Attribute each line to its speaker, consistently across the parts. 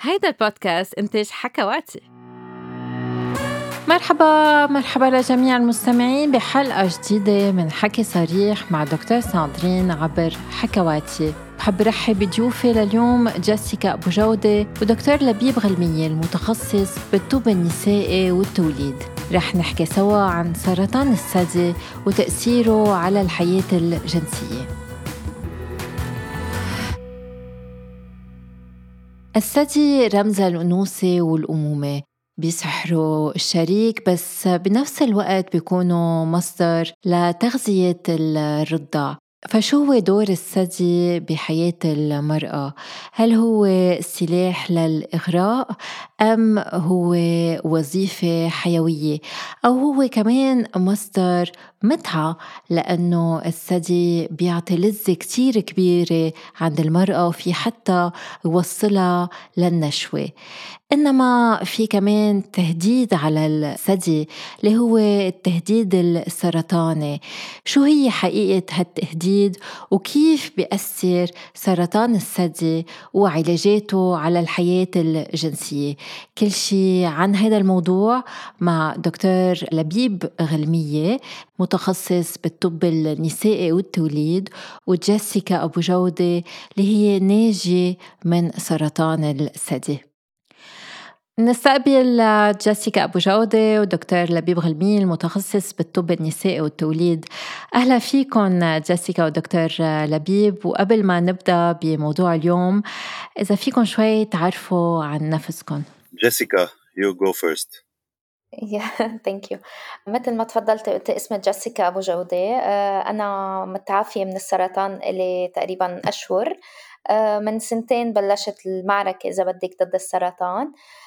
Speaker 1: هيدا البودكاست إنتاج حكواتي.
Speaker 2: مرحبا لجميع المستمعين بحلقة جديدة من حكي صريح مع دكتور ساندرين عبر حكواتي. بحب رحب بضيوفي لليوم جيسيكا أبو جودة ودكتور لبيب غلمية المتخصص بالطب النسائي والتوليد. رح نحكي سوا عن سرطان الثدي وتأثيره على الحياة الجنسية. الثدي رمز الأنوثة والأمومة، بيسحروا الشريك بس بنفس الوقت بيكونوا مصدر لتغذية الرضع. فشو هو دور الثدي بحياة المرأة؟ هل هو سلاح للإغراء أم هو وظيفة حيوية أو هو كمان مصدر متعة، لأنه الثدي بيعطي لذة كتير كبيرة عند المرأة وفي حتى يوصلها للنشوة. إنما في كمان تهديد على الثدي اللي هو التهديد السرطاني. شو هي حقيقة هالتهديد وكيف بيأثر سرطان الثدي وعلاجاته على الحياة الجنسية؟ كل شيء عن هذا الموضوع مع دكتور لبيب غلمية متخصص بالطب النسائي والتوليد، وجيسيكا أبو جودة اللي هي ناجية من سرطان الثدي. نستقبل جيسيكا أبو جودة ودكتور لبيب غلمية المتخصص بالطب النسائي والتوليد. أهلا فيكم جيسيكا ودكتور لبيب. وقبل ما نبدأ بموضوع اليوم، إذا فيكم شوي تعرفوا عن نفسكم.
Speaker 3: جيسيكا you go first.
Speaker 4: Thank you. مثل ما تفضلت قلت اسمي جيسيكا أبو جودة. أنا متعافية من السرطان اللي تقريبا أشهر. من 2 بلشت المعركة إذا بدك ضد السرطان.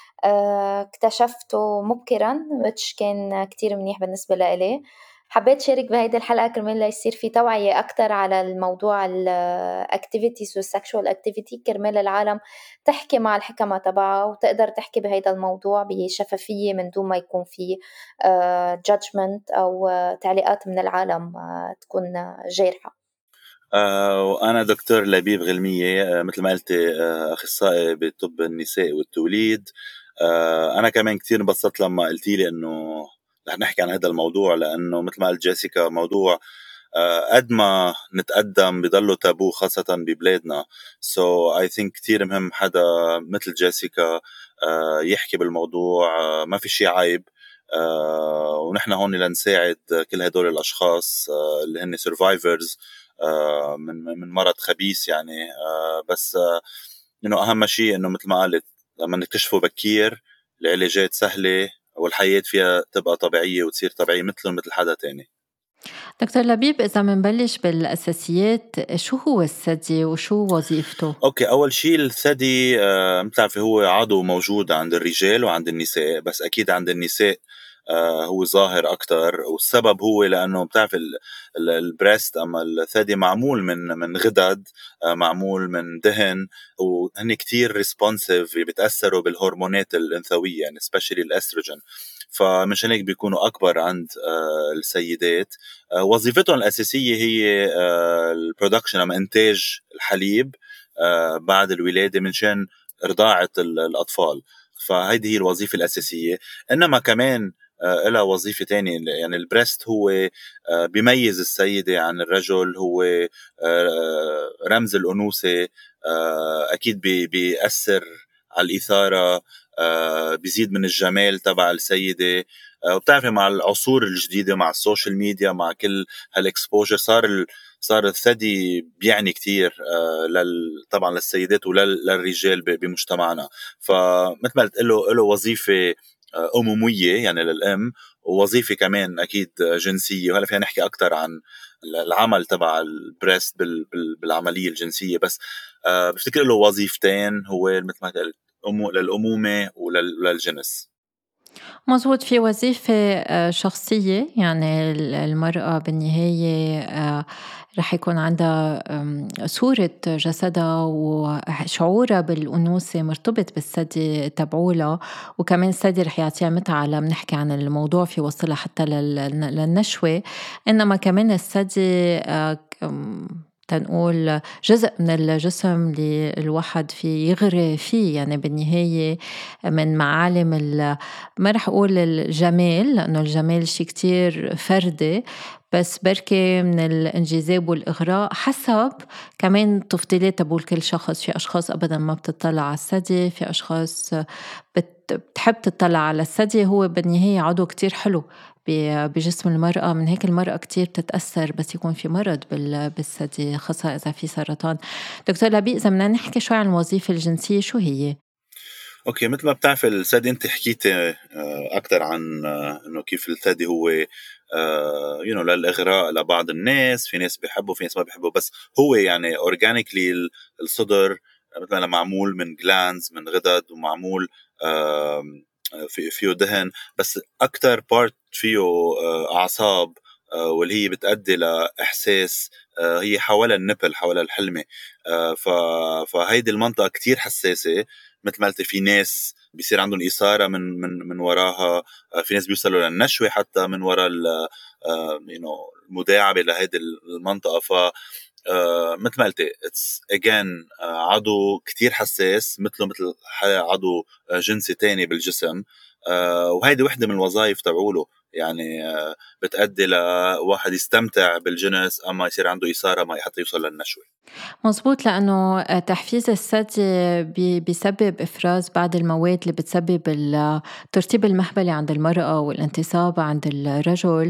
Speaker 4: اكتشفته مبكرا which كان كتير منيح بالنسبة لإلي. حبيت شارك بهيدي الحلقة كرمال يصير في توعية أكتر على الموضوع activities والsexual activity، كرمال العالم تحكي مع الحكمة تبعها وتقدر تحكي بهيدا الموضوع بشفافية من دون ما يكون في judgment أو تعليقات من العالم تكون جارحة.
Speaker 3: وأنا دكتور لبيب غلمية، مثل ما قلتي أخصائي بالطب النسائي والتوليد. أنا كمان كتير انبسطت لما قلتيلي إنه رح نحكي عن هذا الموضوع، لأنه مثل ما قلت جيسيكا موضوع قد ما نتقدم بضلوا تابو خاصة ببلادنا. So I think كتير مهم حدا مثل جيسيكا يحكي بالموضوع. ما في شي عيب. ونحن هون لنساعد كل هدول الأشخاص اللي هن survivors من مرض خبيث يعني. بس إنه أهم شيء إنه مثل ما قالت لما نكتشفه بكير العلاجات سهلة والحياة فيها تبقى طبيعية وتصير طبيعية مثل حدا تاني.
Speaker 2: دكتور لبيب، إذا منبلش بالأساسيات، شو هو الثدي وشو وظيفته؟
Speaker 3: أوكي، أول شيء الثدي بتعرفي هو عضو موجود عند الرجال وعند النساء، بس أكيد عند النساء هو ظاهر أكتر. والسبب هو لأنه بتعرف البريست أما الثدي معمول من غدد، معمول من دهن، وهن كتير ريسبونسيف، بيتأثروا بالهرمونات الأنثوية يعني especially الأستروجين. فمشان هيك بيكونوا أكبر عند السيدات. وظيفتهم الأساسية هي البرودكشن أما إنتاج الحليب بعد الولادة منشان رضاعة الأطفال. فهيدي هي الوظيفة الأساسية. إنما كمان إلها وظيفة تانية، يعني البريست هو بيميز السيدة عن الرجل، هو رمز الأنوثة. أكيد بيأثر على الإثارة، بيزيد من الجمال تبع السيدة. وبتعرفي مع العصور الجديدة، مع السوشيال ميديا، مع كل هالإكسبوجر، صار الثدي بيعني كتير طبعا للسيدات وللرجال بمجتمعنا. فمثل ما قلت له وظيفة أمومية يعني للأم، ووظيفة كمان أكيد جنسية. وهلا فينا نحكي أكتر عن العمل تبع البريست بالعملية الجنسية. بس بفتكر له وظيفتين، هو مثل ما قلت للأمومة وللجنس.
Speaker 2: مزبوط، في وظيفة شخصية، يعني المرأة بالنهاية رح يكون عندها صورة جسدها وشعورها بالأنوثة مرتبط بالثدي تبعولها، وكمان الثدي رح يعطيها متعة. لما نحكي عن الموضوع في وصلها حتى للنشوة. إنما كمان الثدي تنقول جزء من الجسم اللي الواحد في يغري فيه، يعني بالنهاية من معالم ما رح أقول الجمال لأنه الجمال شيء كتير فردي، بس بركي من الانجذاب والإغراء حسب كمان تفضيلات تبول كل شخص. في أشخاص أبدا ما بتطلع على الثدي، في أشخاص بتحب تطلع على الثدي. هو بالنهاية عضو كتير حلو بجسم المرأة، من هيك المرأة كتير بتتأثر بس يكون في مرض بالثدي، خاصة إذا في سرطان. دكتور لبيب، إذا بدنا نحكي شوي عن الوظيفة الجنسية، شو هي؟
Speaker 3: اوكي، مثل ما بتعرف الثدي، انت حكيتي اكثر عن انه كيف الثدي هو للاغراء لبعض الناس، في ناس بيحبوا في ناس ما بيحبوا، بس هو يعني اورجانيكلي الصدر مثلا معمول من جلانز، من غدد، ومعمول فيه دهن، بس اكثر بارت فيه اعصاب، واللي هي بتؤدي لاحساس هي حول النبل، حول الحلمة. فهيدي المنطقة كتير حساسة. مثل ما قلت، في ناس بيصير عندهم إثارة من وراها، في ناس بيوصلوا للنشوة حتى من وراء المداعبة لهيدي المنطقة. ف مثل ما قلت it's again عضو كتير حساس، مثل عضو جنسي تاني بالجسم. وهيدي وحدة من الوظائف تبعوله، يعني بتأدي لواحد يستمتع بالجنس أما يصير عنده إثارة ما حتى يوصل للنشوة.
Speaker 2: مزبوط، لأنه تحفيز الثدي بيسبب إفراز بعض المواد اللي بتسبب الترطيب المهبلي عند المرأة والانتصاب عند الرجل.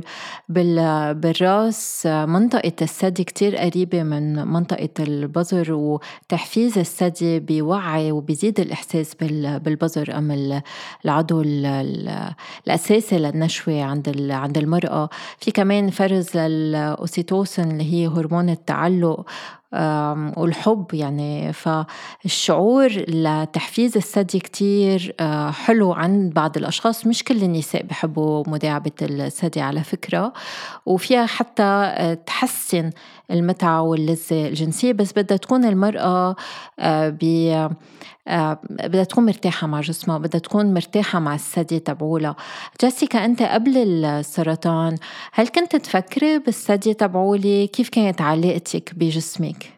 Speaker 2: بالراس منطقة الثدي كتير قريبة من منطقة البظر، وتحفيز الثدي بيوعي وبيزيد الإحساس بالبظر أم العضو الأساسي للنشوة عند المرأة. في كمان فرز للأوسيتوسين اللي هي هرمون التعلق والحب، يعني فالشعور لتحفيز الثدي كتير حلو عند بعض الأشخاص. مش كل النساء بحبوا مداعبة الثدي على فكرة، وفيها حتى تحسن المتعة واللذة الجنسية، بس بدها تكون المرأة بدها تكون مرتاحة مع جسمها، بدها تكون مرتاحة مع الثدي تبعولها. جيسيكا، أنت قبل السرطان هل كنت تفكري بالثدي تبعولي؟ كيف كانت علاقتك بجسمك؟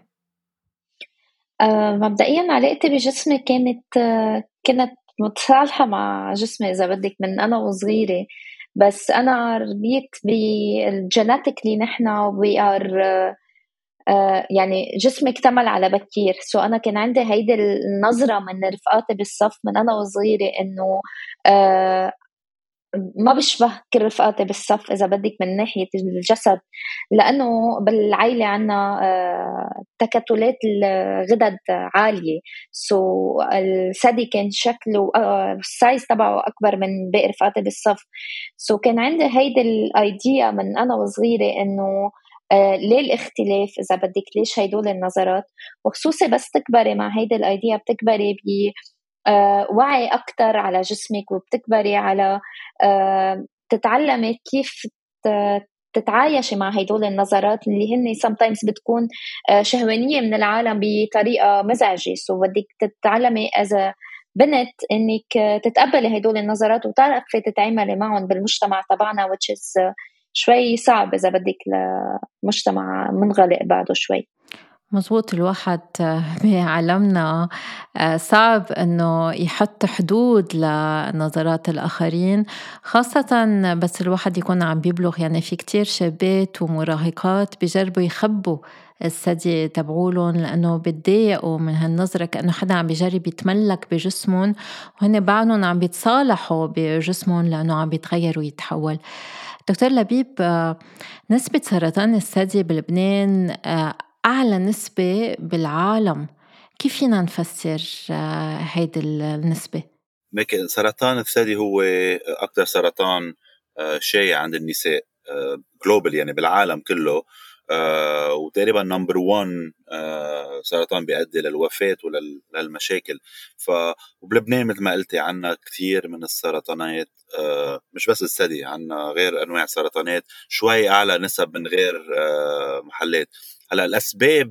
Speaker 4: مبدئيا علاقتي بجسمي كانت متصالحة مع جسمي إذا بدك من أنا وصغيرة، بس أنا ربيت بالجيناتيكلي نحن we are يعني جسمي اكتمل على بكير. سو أنا كان عندي هيدي النظرة من رفقاتي بالصف من أنا وصغيرة إنه ما بشبه كل رفقاتي بالصف إذا بدك من ناحية الجسد، لأنه بالعائلة عنا تكتلات الغدد عالية. سو الثدي كان شكله السايز تبعه أكبر من باقي رفقاتي بالصف. سو كان عندي هيدي الأيديا من أنا وصغيرة إنه ليه الاختلاف إذا بدك، ليش هيدول النظرات. وخصوصي بس تكبري مع هيدي الأيديا بتكبري وعي أكتر على جسمك، وبتكبري على تتعلمي كيف تتعايشي مع هيدول النظرات اللي هن sometimes بتكون شهوانية من العالم بطريقة مزعجة. سو بدك تتعلمي إذا بنت إنك تتقبلي هيدول النظرات وتعرفي تتعاملي معهم بالمجتمع تبعنا، which is شوي صعب إذا بدك لمجتمع منغلق بعده شوي.
Speaker 2: مزبوط، الواحد بعالمنا صعب أنه يحط حدود لنظرات الآخرين، خاصة بس الواحد يكون عم بيبلغ. يعني في كتير شابات ومراهقات بيجربوا يخبوا الثدي تبعولن لأنه بتضايقوا من هالنظرة، كأنه حدا عم بيجرب يتملك بجسمهم، وهن بعدهم عم بيتصالحوا بجسمهم لأنه عم بيتغير ويتحول. دكتور لبيب، نسبة سرطان الثدي بلبنان أعلى نسبة بالعالم، كيف فينا نفسر هيدي النسبة؟
Speaker 3: سرطان الثدي هو أكثر سرطان شائع عند النساء جلوبال، يعني بالعالم كله. وتقريبا نمبر 1 سرطان بيؤدي للوفاة وللمشاكل. وبلبنان مثل ما قلتي عنا كثير من السرطانات، مش بس الثدي، عنا غير أنواع سرطانات شوي أعلى نسب من غير محلات. هلا الأسباب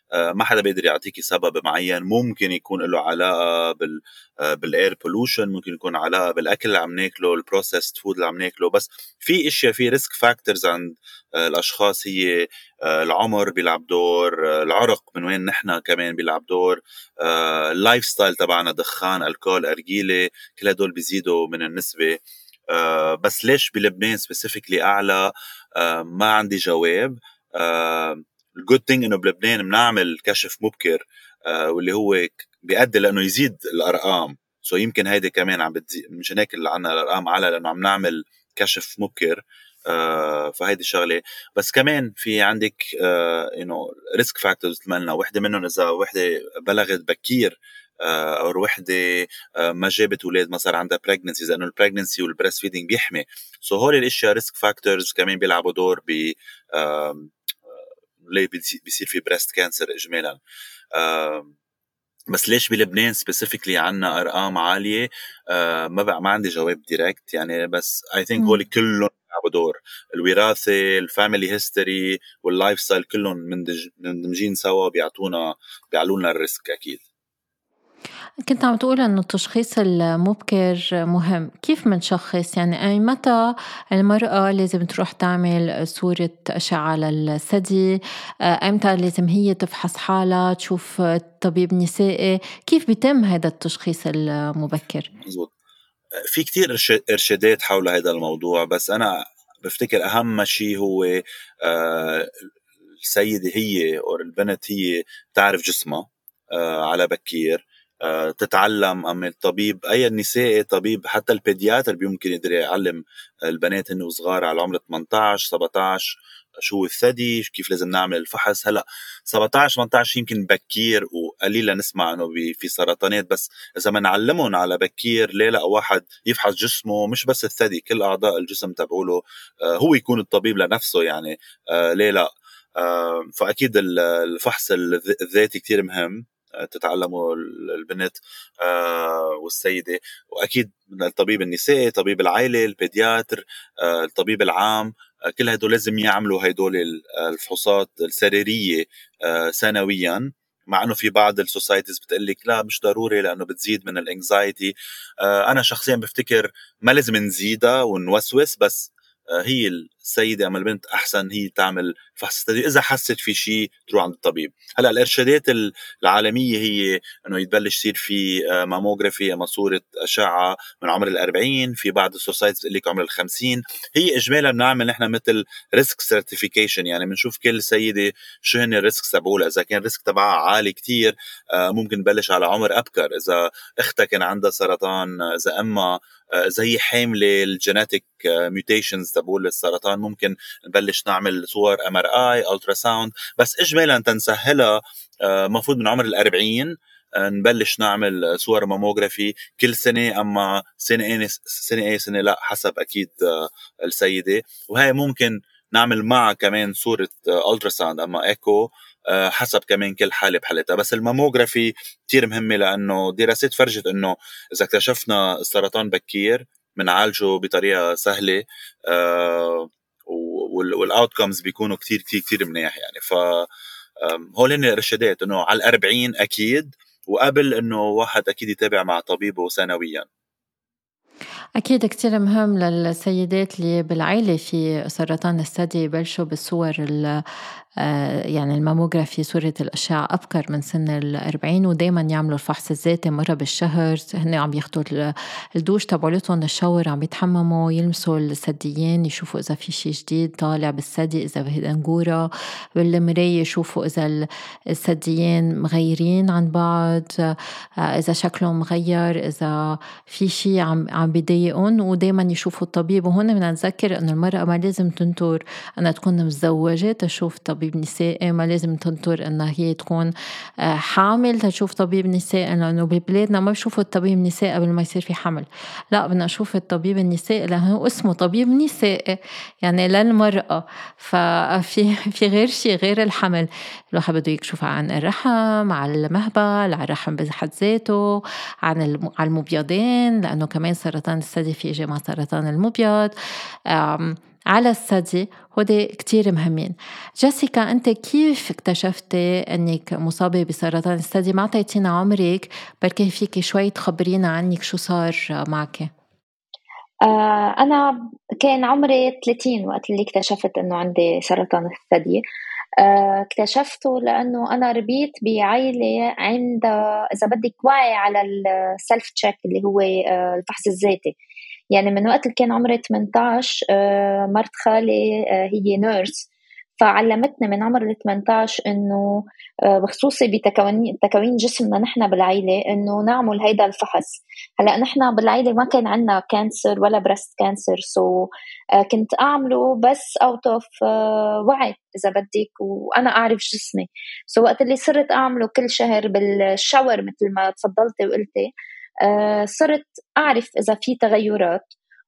Speaker 3: ما حدا بيقدر يعطيكي سبب معين. ممكن يكون له علاقة بالاير بولوشن، ممكن يكون علاقة بالاكل اللي عم ناكله، البروسيسد فود اللي عم ناكله. بس في اشياء، في ريسك فاكتورز عند الاشخاص، هي العمر بيلعب دور، العرق من وين نحن كمان بيلعب دور، اللايف ستايل تبعنا، دخان، الكول، ارجيله، كل هدول بيزيدوا من النسبة. بس ليش بلبنان سبيسيفيكلي اعلى؟ ما عندي جواب. الجود ثينج انه بلبنان بنعمل كشف مبكر، واللي هو بيؤدي لانه يزيد الارقام. يمكن هيدي كمان عم بتزيد، مش هيك اللي عنا الارقام اعلى لانه عم نعمل كشف مبكر. فهيدي الشغله. بس كمان في عندك ريسك فاكتورز مثلنا، وحده منهم اذا وحده بلغت بكير، او وحده ما جابت اولاد، ما صار عندها بريجنسي، لانه البريجنسي والبريست فيدنج بيحمي. هول الاشياء ريسك فاكتورز كمان بيلعبوا دور ب ليه بيصير في بريست كانسر اجمالا. بس ليش بلبنان سبيسيفيكلي عنا ارقام عاليه؟ ما عندي جواب دايركت يعني. بس اي ثينك هول كلهم بيلعبوا دور، الوراثه، الفاميلي هيستوري، واللايف ستايل، كلهم مندمجين سوا بيعلوا لنا الريسك اكيد.
Speaker 2: كنت عم تقول إنه التشخيص المبكر مهم. كيف منشخص يعني؟ أي متى المرأة لازم تروح تعمل صورة أشعة للثدي؟ أمتى لازم هي تفحص حالها تشوف طبيب نسائي؟ كيف بيتم هذا التشخيص المبكر؟
Speaker 3: مزبوط. في كتير إرشادات حول هذا الموضوع، بس أنا بفتكر أهم شيء هو السيدة هي أو البنت هي تعرف جسمها على بكير، تتعلم. أما الطبيب، أي النساء طبيب، حتى البيدياتر بيمكن يقدر يعلم البنات إنه صغار على عمر 18 17 شو الثدي، كيف لازم نعمل الفحص. هلأ 17 18 يمكن بكير، وقليلا نسمع إنه في سرطانات. بس إذا ما نعلمهم على بكير، ليه لا واحد يفحص جسمه، مش بس الثدي، كل أعضاء الجسم تبعوله، هو يكون الطبيب لنفسه يعني. ليه لا؟ فأكيد الفحص الذاتي كتير مهم تتعلموا البنت والسيدة. وأكيد الطبيب النسائي، طبيب العائلة، البيدياتر، الطبيب العام، كل هدول لازم يعملوا هدول الفحوصات السريرية سنويا. مع أنه في بعض السوسايتيز بتقلك لا مش ضروري لأنه بتزيد من الانكزايتي. أنا شخصيا بفتكر ما لازم نزيدها ونوسوس، بس هي السيدة أما البنت أحسن هي تعمل فحص ثدي. إذا حست في شيء تروح عند الطبيب. هلأ الإرشادات العالمية هي أنه يتبلش يصير في ماموغرافي أما صورة أشعة من عمر 40. في بعض السوسايتيز بتقول لك عمر 50. هي إجمالا بنعمل نحن مثل ريسك سيرتيفيكيشن، يعني بنشوف كل سيدة شو هن الريسك تبعولها. إذا كان الريسك تبعها عالي كتير ممكن نبلش على عمر أبكر. إذا أختها كان عندها سرطان، إذا أمها، إذا هي حاملة الجيناتيك ميوتيشنز تبول السرطان، ممكن نبلش نعمل صور MRI ألتراساوند. بس إجمالا تنسهلها مفروض من عمر 40 نبلش نعمل صور ماموغرافي كل سنة. أما سنة لا، حسب أكيد السيدة. وهي ممكن نعمل معها كمان صورة ألتراساوند أما إيكو، حسب كمان كل حالة بحالتها. بس الماموغرافي كتير مهمة، لأنه دراسات فرجت أنه إذا اكتشفنا السرطان بكير منعالجه بطريقة سهلة، والأوتكمز بيكونوا كتير كتير كتير منيح يعني. هول هن الإرشادات، إنه على 40 أكيد، وقبل إنه واحد أكيد يتابع مع طبيبه سنويا.
Speaker 2: أكيد كتير مهم للسيدات اللي بالعائلة في سرطان الثدي يبلشوا بالصور يعني الماموغرافي، صورة الأشعة أبكر من سن 40، ودايما يعملوا الفحص الذاتي مرة بالشهر. هن عم ياخدوا الدوش تبعولتهم، الشاور، عم يتحمموا، يلمسوا الثديين، يشوفوا إذا في شي جديد طالع بالثدي، إذا في نجورة بالمراية، يشوفوا إذا الثديين مغيرين عن بعض، إذا شكلهم مغير، إذا في شي عم بيضايقهم، ودايما يشوفوا الطبيب. وهون بدنا نذكر إنه المرأة ما لازم تنطر أنها تكون متزوجة تشوف طبيب نسائي، ما لازم تنطر أنها هي تكون حامل تشوف طبيب نسائي، لأنه ببلادنا ما بشوفوا الطبيب النسائي قبل ما يصير في حمل. لا، بدنا نشوف الطبيب النسائي لأنه اسمه طبيب نسائي يعني للمرأة. في غير شيء غير الحمل، الواحد بده يكشف عن الرحم، على المهبل، على الرحم بحد ذاته، على المبيضين، لأنه كمان سرطان الثدي في إجي مع سرطان المبيض، على الثدي هودي كتير مهمين. جيسيكا، أنت كيف اكتشفتي أنك مصابة بسرطان الثدي؟ ما عطيتينا عمرك، بركي فيك شوي تخبرينا عنك شو صار معك.
Speaker 4: أنا كان عمري 30 وقت اللي اكتشفت إنه عندي سرطان الثدي. اكتشفته لأنه أنا ربيت بعائلة عندها إذا بدك وعي على السلف تشيك اللي هو الفحص الذاتي. يعني من وقت اللي كان عمري 18 مرت خالي هي نيرس، فعلمتني من عمر ال 18 إنه بخصوصي بتكوين جسمنا نحن بالعائلة إنه نعمل هيدا الفحص. هلا نحن بالعائلة ما كان عنا كانسر ولا بريست كانسر، كنت أعمله بس اوت اوف وعي إذا بدك، وأنا أعرف جسمي. وقت اللي صرت أعمله كل شهر بالشاور مثل ما تفضلتي وقلتي، صرت أعرف إذا في تغيرات.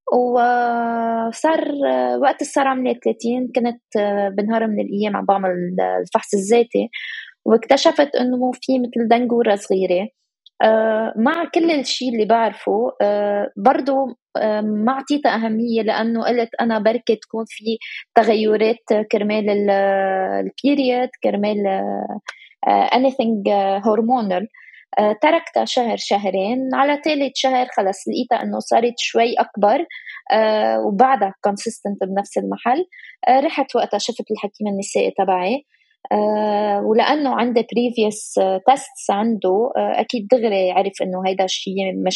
Speaker 4: وصار وقت صار عمري 30 كنت بنهار من الأيام عم بعمل الفحص الذاتي، واكتشفت إنه في مثل دنجورة صغيرة. مع كل الشيء اللي بعرفه برضو ما عطيتها أهمية، لأنه قلت أنا بركة تكون في تغيرات كرمال البيريد، كرمال anything hormonal. تركتها شهر شهرين، على ثالث شهر خلص لقيتها انه صارت شوي اكبر، وبعدها consistent بنفس المحل. رحت وقتها شفت الحكيم النسائي تبعي، ولانه عندي previous tests عنده، اكيد دغري عرف انه هيدا الشيء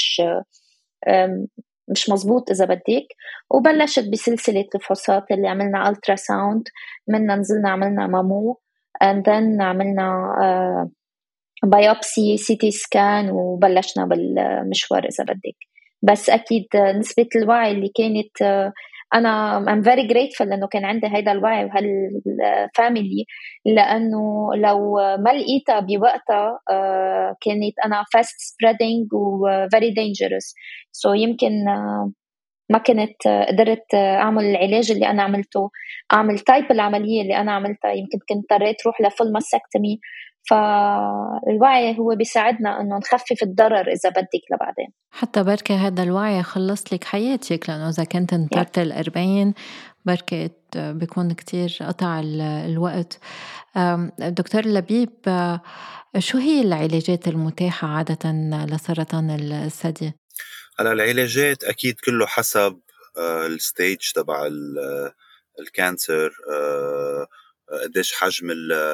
Speaker 4: مش مزبوط إذا بدك. وبلشت بسلسلة الفحوصات اللي عملنا ألترا ساوند، منا نزلنا عملنا مامو، and then عملنا بايوبسي، سي تي سكان، وبلشنا بالمشوار إذا بدك. بس أكيد نسبة الوعي اللي كانت، أنا I'm very grateful إنه كان عندي هيدا الوعي وهالفاميلي، لأنه لو ما لقيتها بوقتها كانت أنا fast spreading و very dangerous. يمكن ما كنت قدرت أعمل العلاج اللي أنا عملته، أعمل تايب العملية اللي أنا عملتها، يمكن كنت اضطريت أروح لفول ماستكتومي. فالوعي هو بيساعدنا إنه نخفف الضرر إذا بدك لبعدين.
Speaker 2: حتى بركة هذا الوعي خلص لك حياتك، لأنه إذا كنت انطرت 40 بركة بيكون كتير قطع الوقت. دكتور لبيب، شو هي العلاجات المتاحة عادة لسرطان الثدي؟
Speaker 3: هلا العلاجات أكيد كله حسب الستيج تبع الكانسر، قديش حجم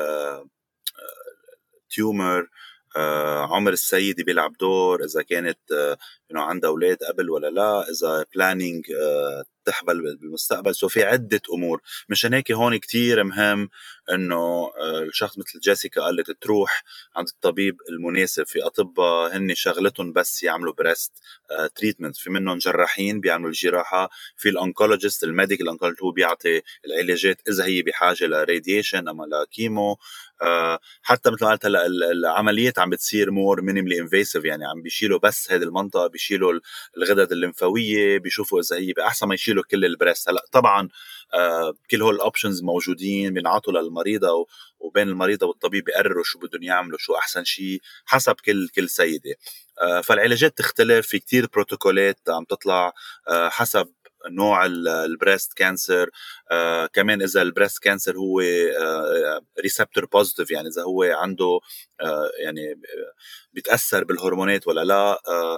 Speaker 3: التيومر، عمر السيدة بيلعب دور، إذا كانت عندها أولاد قبل ولا لا، إذا بلانينج تحبل بالمستقبل. في عدة أمور. مشان هيك هون كتير مهم إنه الشخص مثل جيسيكا قالت تروح عند الطبيب المناسب. في أطباء هن شغلتهم بس يعملوا بريست تريتمنت، في منهم جراحين بيعملوا الجراحة، في الأنكولوجيست الميديكال أنكولوجيست هو بيعطي العلاجات إذا هي بحاجة لراديشن أما لكيمو. حتى مثل ما قلت هلا العمليات عم بتصير مور مينيملي انفيسيف، يعني عم بيشيلوا بس هذه المنطقه، بيشيلوا الغدد الليمفاويه، بيشوفوا اذا هي باحسن ما يشيلوا كل البريست. هلا طبعا كل هول الاوبشنز موجودين بينعطوا للمريضه، وبين المريضه والطبيب بيقرروا شو بدهم يعملوا، شو احسن شيء حسب كل سيده. فالعلاجات تختلف، في كتير بروتوكولات عم تطلع حسب نوع البريست كانسر. كمان إذا البريست كانسر هو ريسبتور بوزيتيف، يعني إذا هو عنده يعني بيتأثر بالهرمونات ولا لا.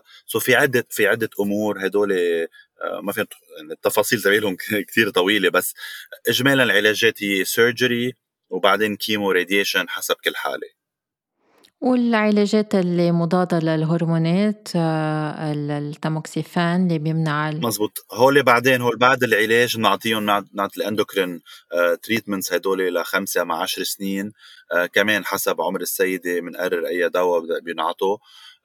Speaker 3: في عدة أمور هدول ما في التفاصيل تبعهم كتير طويلة، بس إجمالا العلاجات هي سيرجري وبعدين كيمو راديشن حسب كل حالة.
Speaker 2: والعلاجات اللي مضادة للهرمونات التاموكسيفان اللي بيمنع
Speaker 3: مزبوط. هول بعد العلاج نعطيهم نعطي الاندوكرين تريتمنتس هدول ل5 مع 10 سنين. كمان حسب عمر السيدة بنقرر أي دواء بينعطوا.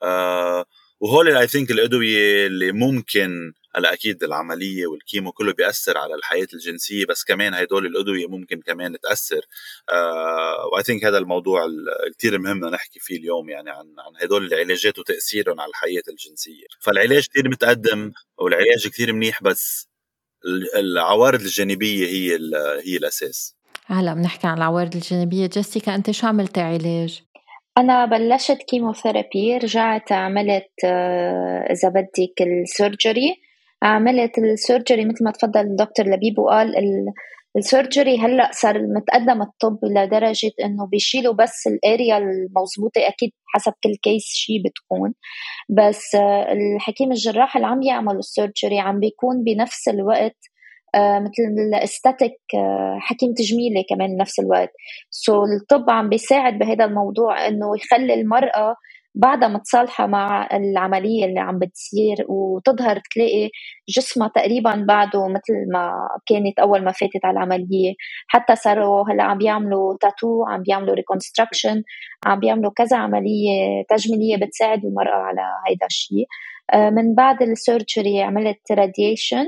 Speaker 3: وهول I think الأدوية اللي ممكن، هلا أكيد العملية والكيمو كله بيأثر على الحياة الجنسية، بس كمان هدول الأدوية ممكن كمان تأثر. و I think هذا الموضوع كتير مهم نحكي فيه اليوم، يعني عن هدول العلاجات وتأثيرهم على الحياة الجنسية. فالعلاج كتير متقدم والعلاج كتير منيح، بس العوارض الجانبية هي الأساس.
Speaker 2: هلا بنحكي عن العوارض الجانبية. جيسيكا، أنت شو عملتي علاج؟
Speaker 4: أنا بلشت كيموثيرابي، رجعت عملت إذا بدك السيرجري، عملت السيرجري مثل ما تفضل الدكتور لبيب وقال السيرجري هلأ صار متقدم الطب لدرجة إنه بيشيلوا بس الاريا الموزبوطة، أكيد حسب كل كيس شي بتكون، بس الحكيم الجراح اللي عم يعمل السيرجري عم بيكون بنفس الوقت مثل الاستاتيك حكيم تجميلي كمان بنفس الوقت. الطب عم بيساعد بهذا الموضوع إنه يخلي المرأة بعدها متصالحة مع العملية اللي عم بتصير وتظهر تلاقي جسمها تقريبا بعده مثل ما كانت أول ما فاتت على العملية. حتى صاروا هلا عم بيعملوا تاتو، عم بيعملوا ريكونستراكشن، عم بيعملوا كذا عملية تجميلية بتساعد المرأة على هيدا الشيء. من بعد السيرجري عملت راديشن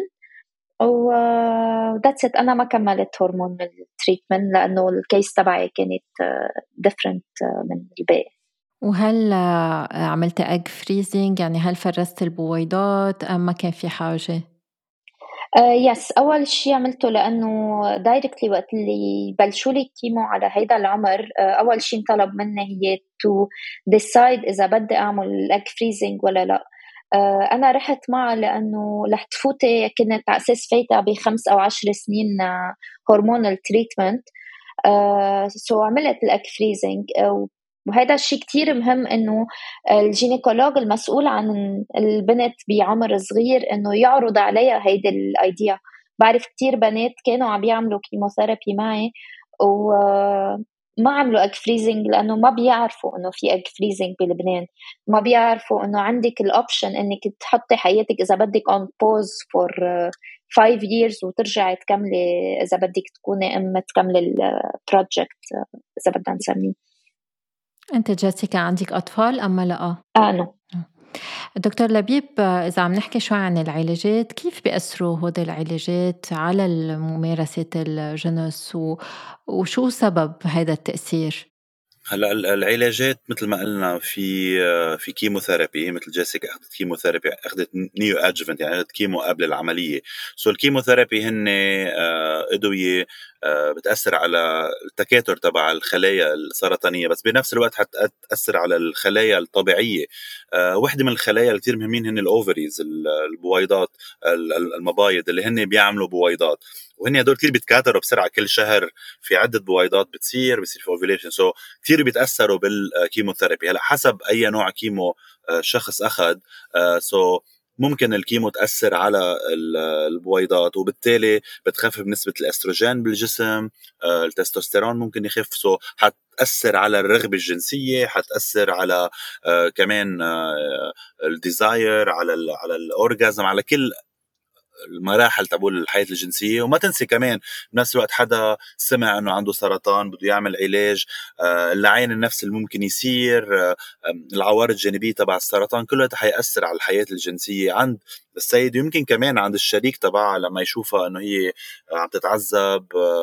Speaker 4: وذاتس ات. أنا ما كملت هرمون التريتمنت لأنه الكيس تبعي كانت ديفرنت من الباقي.
Speaker 2: وهل عملت egg freezing؟ يعني هل فرزت البويضات أم ما كان في حاجة؟
Speaker 4: يس، أول شيء عملته لأنه دايركتلي وقت اللي بلشوا لي الكيمو على هيدا العمر أول شيء انطلب مني هي to decide إذا بدي أعمل egg freezing ولا لأ. أنا رحت معها لأنه رح تفوتي كنت على أساس فايتة ب5 أو 10 سنين هرمونال تريتمنت. عملت الأج فريزنج، وهذا الشيء كتير مهم إنه الجينيكولوج المسؤول عن البنت بعمر صغير إنه يعرض عليها هيدي الأيديا. بعرف كتير بنات كانوا عم يعملوا كيموثيرابي معي وما عملوا اج فريزنج لانه ما بيعرفوا انه في اج فريزنج بلبنان، ما بيعرفوا انه عندك الاوبشن انك تحطي حياتك اذا بدك on pause for 5 years وترجعي تكملي اذا بدك تكوني تكملي البروجكت اذا بدنا نسميه.
Speaker 2: أنت جيسيكا عندك أطفال أما لا؟
Speaker 4: نو.
Speaker 2: دكتور لبيب، إذا عم نحكي شوي عن العلاجات، كيف بيأثروا هودي العلاجات على ممارسة الجنس وشو سبب هذا التأثير؟
Speaker 3: هلا العلاجات مثل ما قلنا في كيموثيرابي، مثل جيسيكا اخذت كيموثيرابي، اخذت نيو ادجفنت يعني اخذت كيمو قبل العمليه. الكيموثيرابي هن ادويه بتاثر على التكاثر تبع الخلايا السرطانيه، بس بنفس الوقت حتاثر على الخلايا الطبيعيه. وحده من الخلايا اللي كثير مهمين هن الاوفريز، البويضات، المبايض اللي هن بيعملوا بويضات، وهن هدول كثير بيتكاثروا بسرعه، كل شهر في عده بويضات بتصير في اوفيليشن. كثير بيتاثروا بالكيموثيرابي. هلا حسب اي نوع كيمو شخص اخذ، ممكن الكيمو تأثر على البويضات وبالتالي بتخفف نسبة الاستروجين بالجسم، التستوستيرون ممكن يخف، حتأثر على الرغبة الجنسية، حتأثر على كمان الديزاير، على الأورجازم، على كل المراحل تبول الحياة الجنسية. وما تنسي كمان بنفس الوقت حدا سمع انه عنده سرطان بده يعمل علاج، العين النفس اللي ممكن يصير، العوارض الجانبية تبع السرطان، كلها حيأثر على الحياة الجنسية عند السيد، ويمكن كمان عند الشريك تبعها لما يشوفها انه هي عم تتعذب،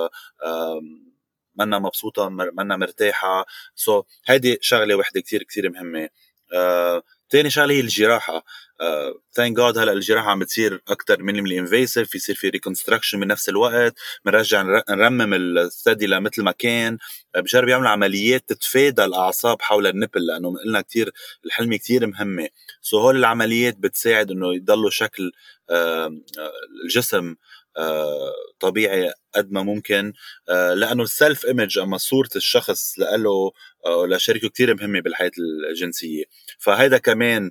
Speaker 3: منا مبسوطة، منا مرتاحة. هيدي شغلة وحدة كتير كتير مهمة. تاني شغله هي الجراحه. ثانك جاد هلا الجراحه عم بتصير اكثر minimally invasive، يصير في ريكونستراكشن بنفس الوقت، بنرجع نرمم الثدي لمثل ما كان، بجرب يعملوا عمليات تتفادى الاعصاب حول النبل، لانه قلنا كتير الحلمه كتير مهمه. هول العمليات بتساعد انه يضلوا شكل الجسم طبيعي قد ما ممكن، لانه السلف ايمج اما صوره الشخص له لشريكه كتير مهمه بالحياه الجنسيه. فهيدا كمان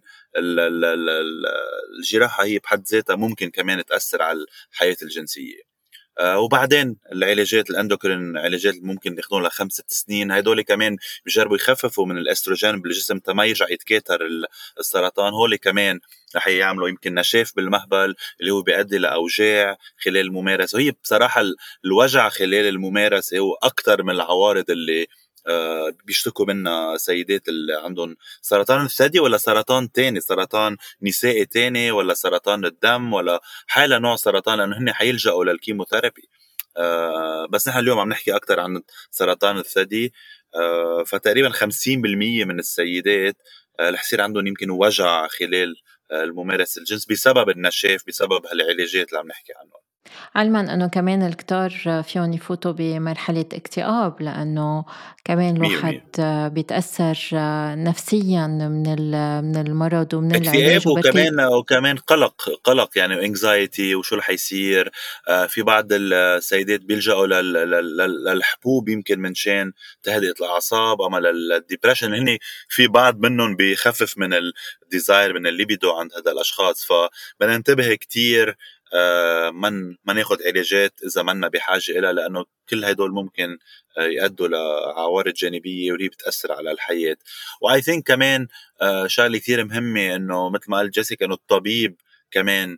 Speaker 3: الجراحه هي بحد ذاتها ممكن كمان تاثر على الحياه الجنسيه. وبعدين العلاجات الاندوكرين، علاجات ممكن ياخذون ل5 6 سنين، هدول كمان بيجربوا يخففوا من الاستروجين بالجسم تما يرجع يتكاثر السرطان. هول كمان رح يعملوا يمكن نشاف بالمهبل اللي هو بيؤدي لاوجاع خلال الممارسه. وهي بصراحه الوجع خلال الممارسه هو اكثر من العوارض اللي بيشتكوا منها سيدات اللي عندهم سرطان الثدي، ولا سرطان تاني، سرطان نسائي تاني، ولا سرطان الدم، ولا حالة نوع سرطان، لأنه هن حيلجأوا للكيموثيرابي. بس نحن اليوم عم نحكي أكتر عن سرطان الثدي. فتقريبا 50% من السيدات رح يصير عندهم يمكن وجع خلال الممارسة الجنس بسبب النشاف، بسبب هالعلاجات اللي عم نحكي عنها.
Speaker 2: علما أنه كمان الكتار فيهم يفوتوا بمرحلة اكتئاب، لأنه كمان الواحد
Speaker 3: 100%.
Speaker 2: بيتأثر نفسيا من المرض ومن
Speaker 3: اكتئاب،
Speaker 2: العلاج وبركي.
Speaker 3: وكمان قلق يعني انكزايتي وشو رح يصير. في بعض السيدات بيلجأوا للحبوب يمكن من شان تهدئة الأعصاب، أما للديبريشن هني في بعض منهم بيخفف من الديزاير من الليبيدو عند هذا الأشخاص. فبدنا ننتبه كتير ما ناخد علاجات إذا منا بحاجة إلها، لأنه كل هدول ممكن يؤدوا لعوارض جانبية واللي بتأثر على الحياة. وآي ثينك كمان شغله كثير مهمه انه مثل ما قال جيسيكا انه الطبيب كمان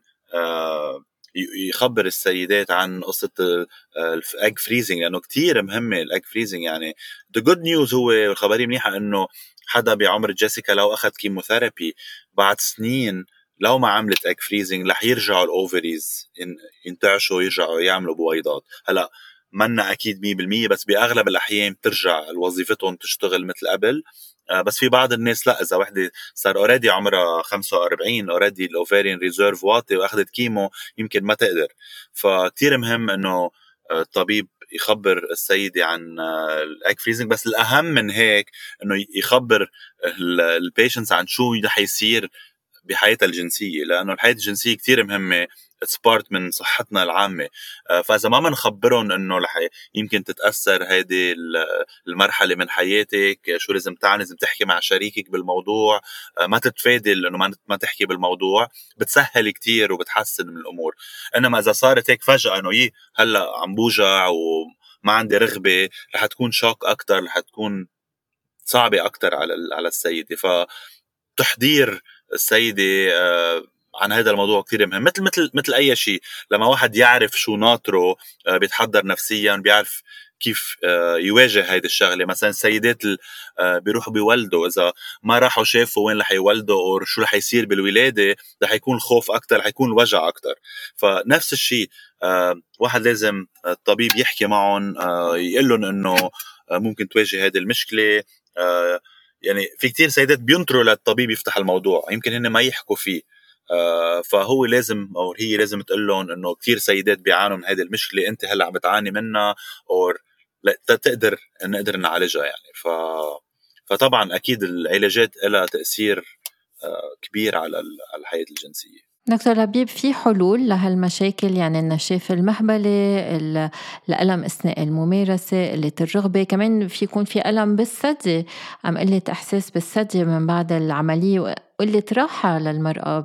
Speaker 3: يخبر السيدات عن قصه الاج فريزنج، لانه كثير مهمه الاج فريزنج. يعني the good news هو الخبريه منيحه انه حدا بعمر جيسيكا لو اخذ كيموثيرابي بعد سنين لو ما عملت اج فريزنج رح يرجعوا الاوفريز ينتعشوا يرجعوا يعملوا بويضات. هلا منا اكيد 100%، بس باغلب الاحيان بترجع وظيفتهم تشتغل مثل قبل. بس في بعض الناس لا، اذا وحده صار اوريدي عمرها 45 اوريدي الاوفاريان ريزيرف واطي واخذت كيمو يمكن ما تقدر. فكتير مهم انه الطبيب يخبر السيدة عن الاج فريزنج، بس الاهم من هيك انه يخبر البيشنتس عن شو رح يصير بحياتها الجنسية، لأنه الحياة الجنسية كتير مهمة، it's part من صحتنا العامة. فإذا ما منخبرهم أنه يمكن تتأثر هيدي المرحلة من حياتك، شو لازم تعمل، لازم تحكي مع شريكك بالموضوع، ما تتفادل أنه ما تحكي بالموضوع، بتسهل كتير وبتحسن من الأمور. إنما إذا صارت هيك فجأة أنه هلأ عم بوجع وما عندي رغبة، رح تكون شوك أكتر، رح تكون صعبة أكتر على السيدة. فتحضير السيدة عن هذا الموضوع كتير مهم، مثل أي شيء. لما واحد يعرف شو ناطره بيتحضر نفسيا، بيعرف كيف يواجه هيدي الشغلة. مثلا السيدات بيروحوا بيولدوا، إذا ما راحوا شافوا وين رح يولدوا أو شو رح يصير بالولادة، رح يكون الخوف أكتر، رح يكون الوجع أكتر. فنفس الشيء واحد لازم الطبيب يحكي معهم، يقول لهم إنه ممكن تواجه هذه المشكلة. يعني في كتير سيدات بينطروا للطبيب يفتح الموضوع، يمكن هن ما يحكوا فيه. فهو لازم أو هي لازم تقول لهم إنه كتير سيدات بيعانوا من هذه المشكلة، أنت هلأ عم بتعاني منها أو نقدر نعالجها يعني. فطبعا أكيد العلاجات لها تأثير كبير على الحياة الجنسية.
Speaker 2: دكتور لبيب، في حلول لهالمشاكل؟ يعني النشاف المهبلي، الألم أثناء الممارسة، قلة الرغبة، كمان في يكون في ألم بالثدي أم قلة إحساس بالثدي من بعد العملية وقلة راحة للمرأة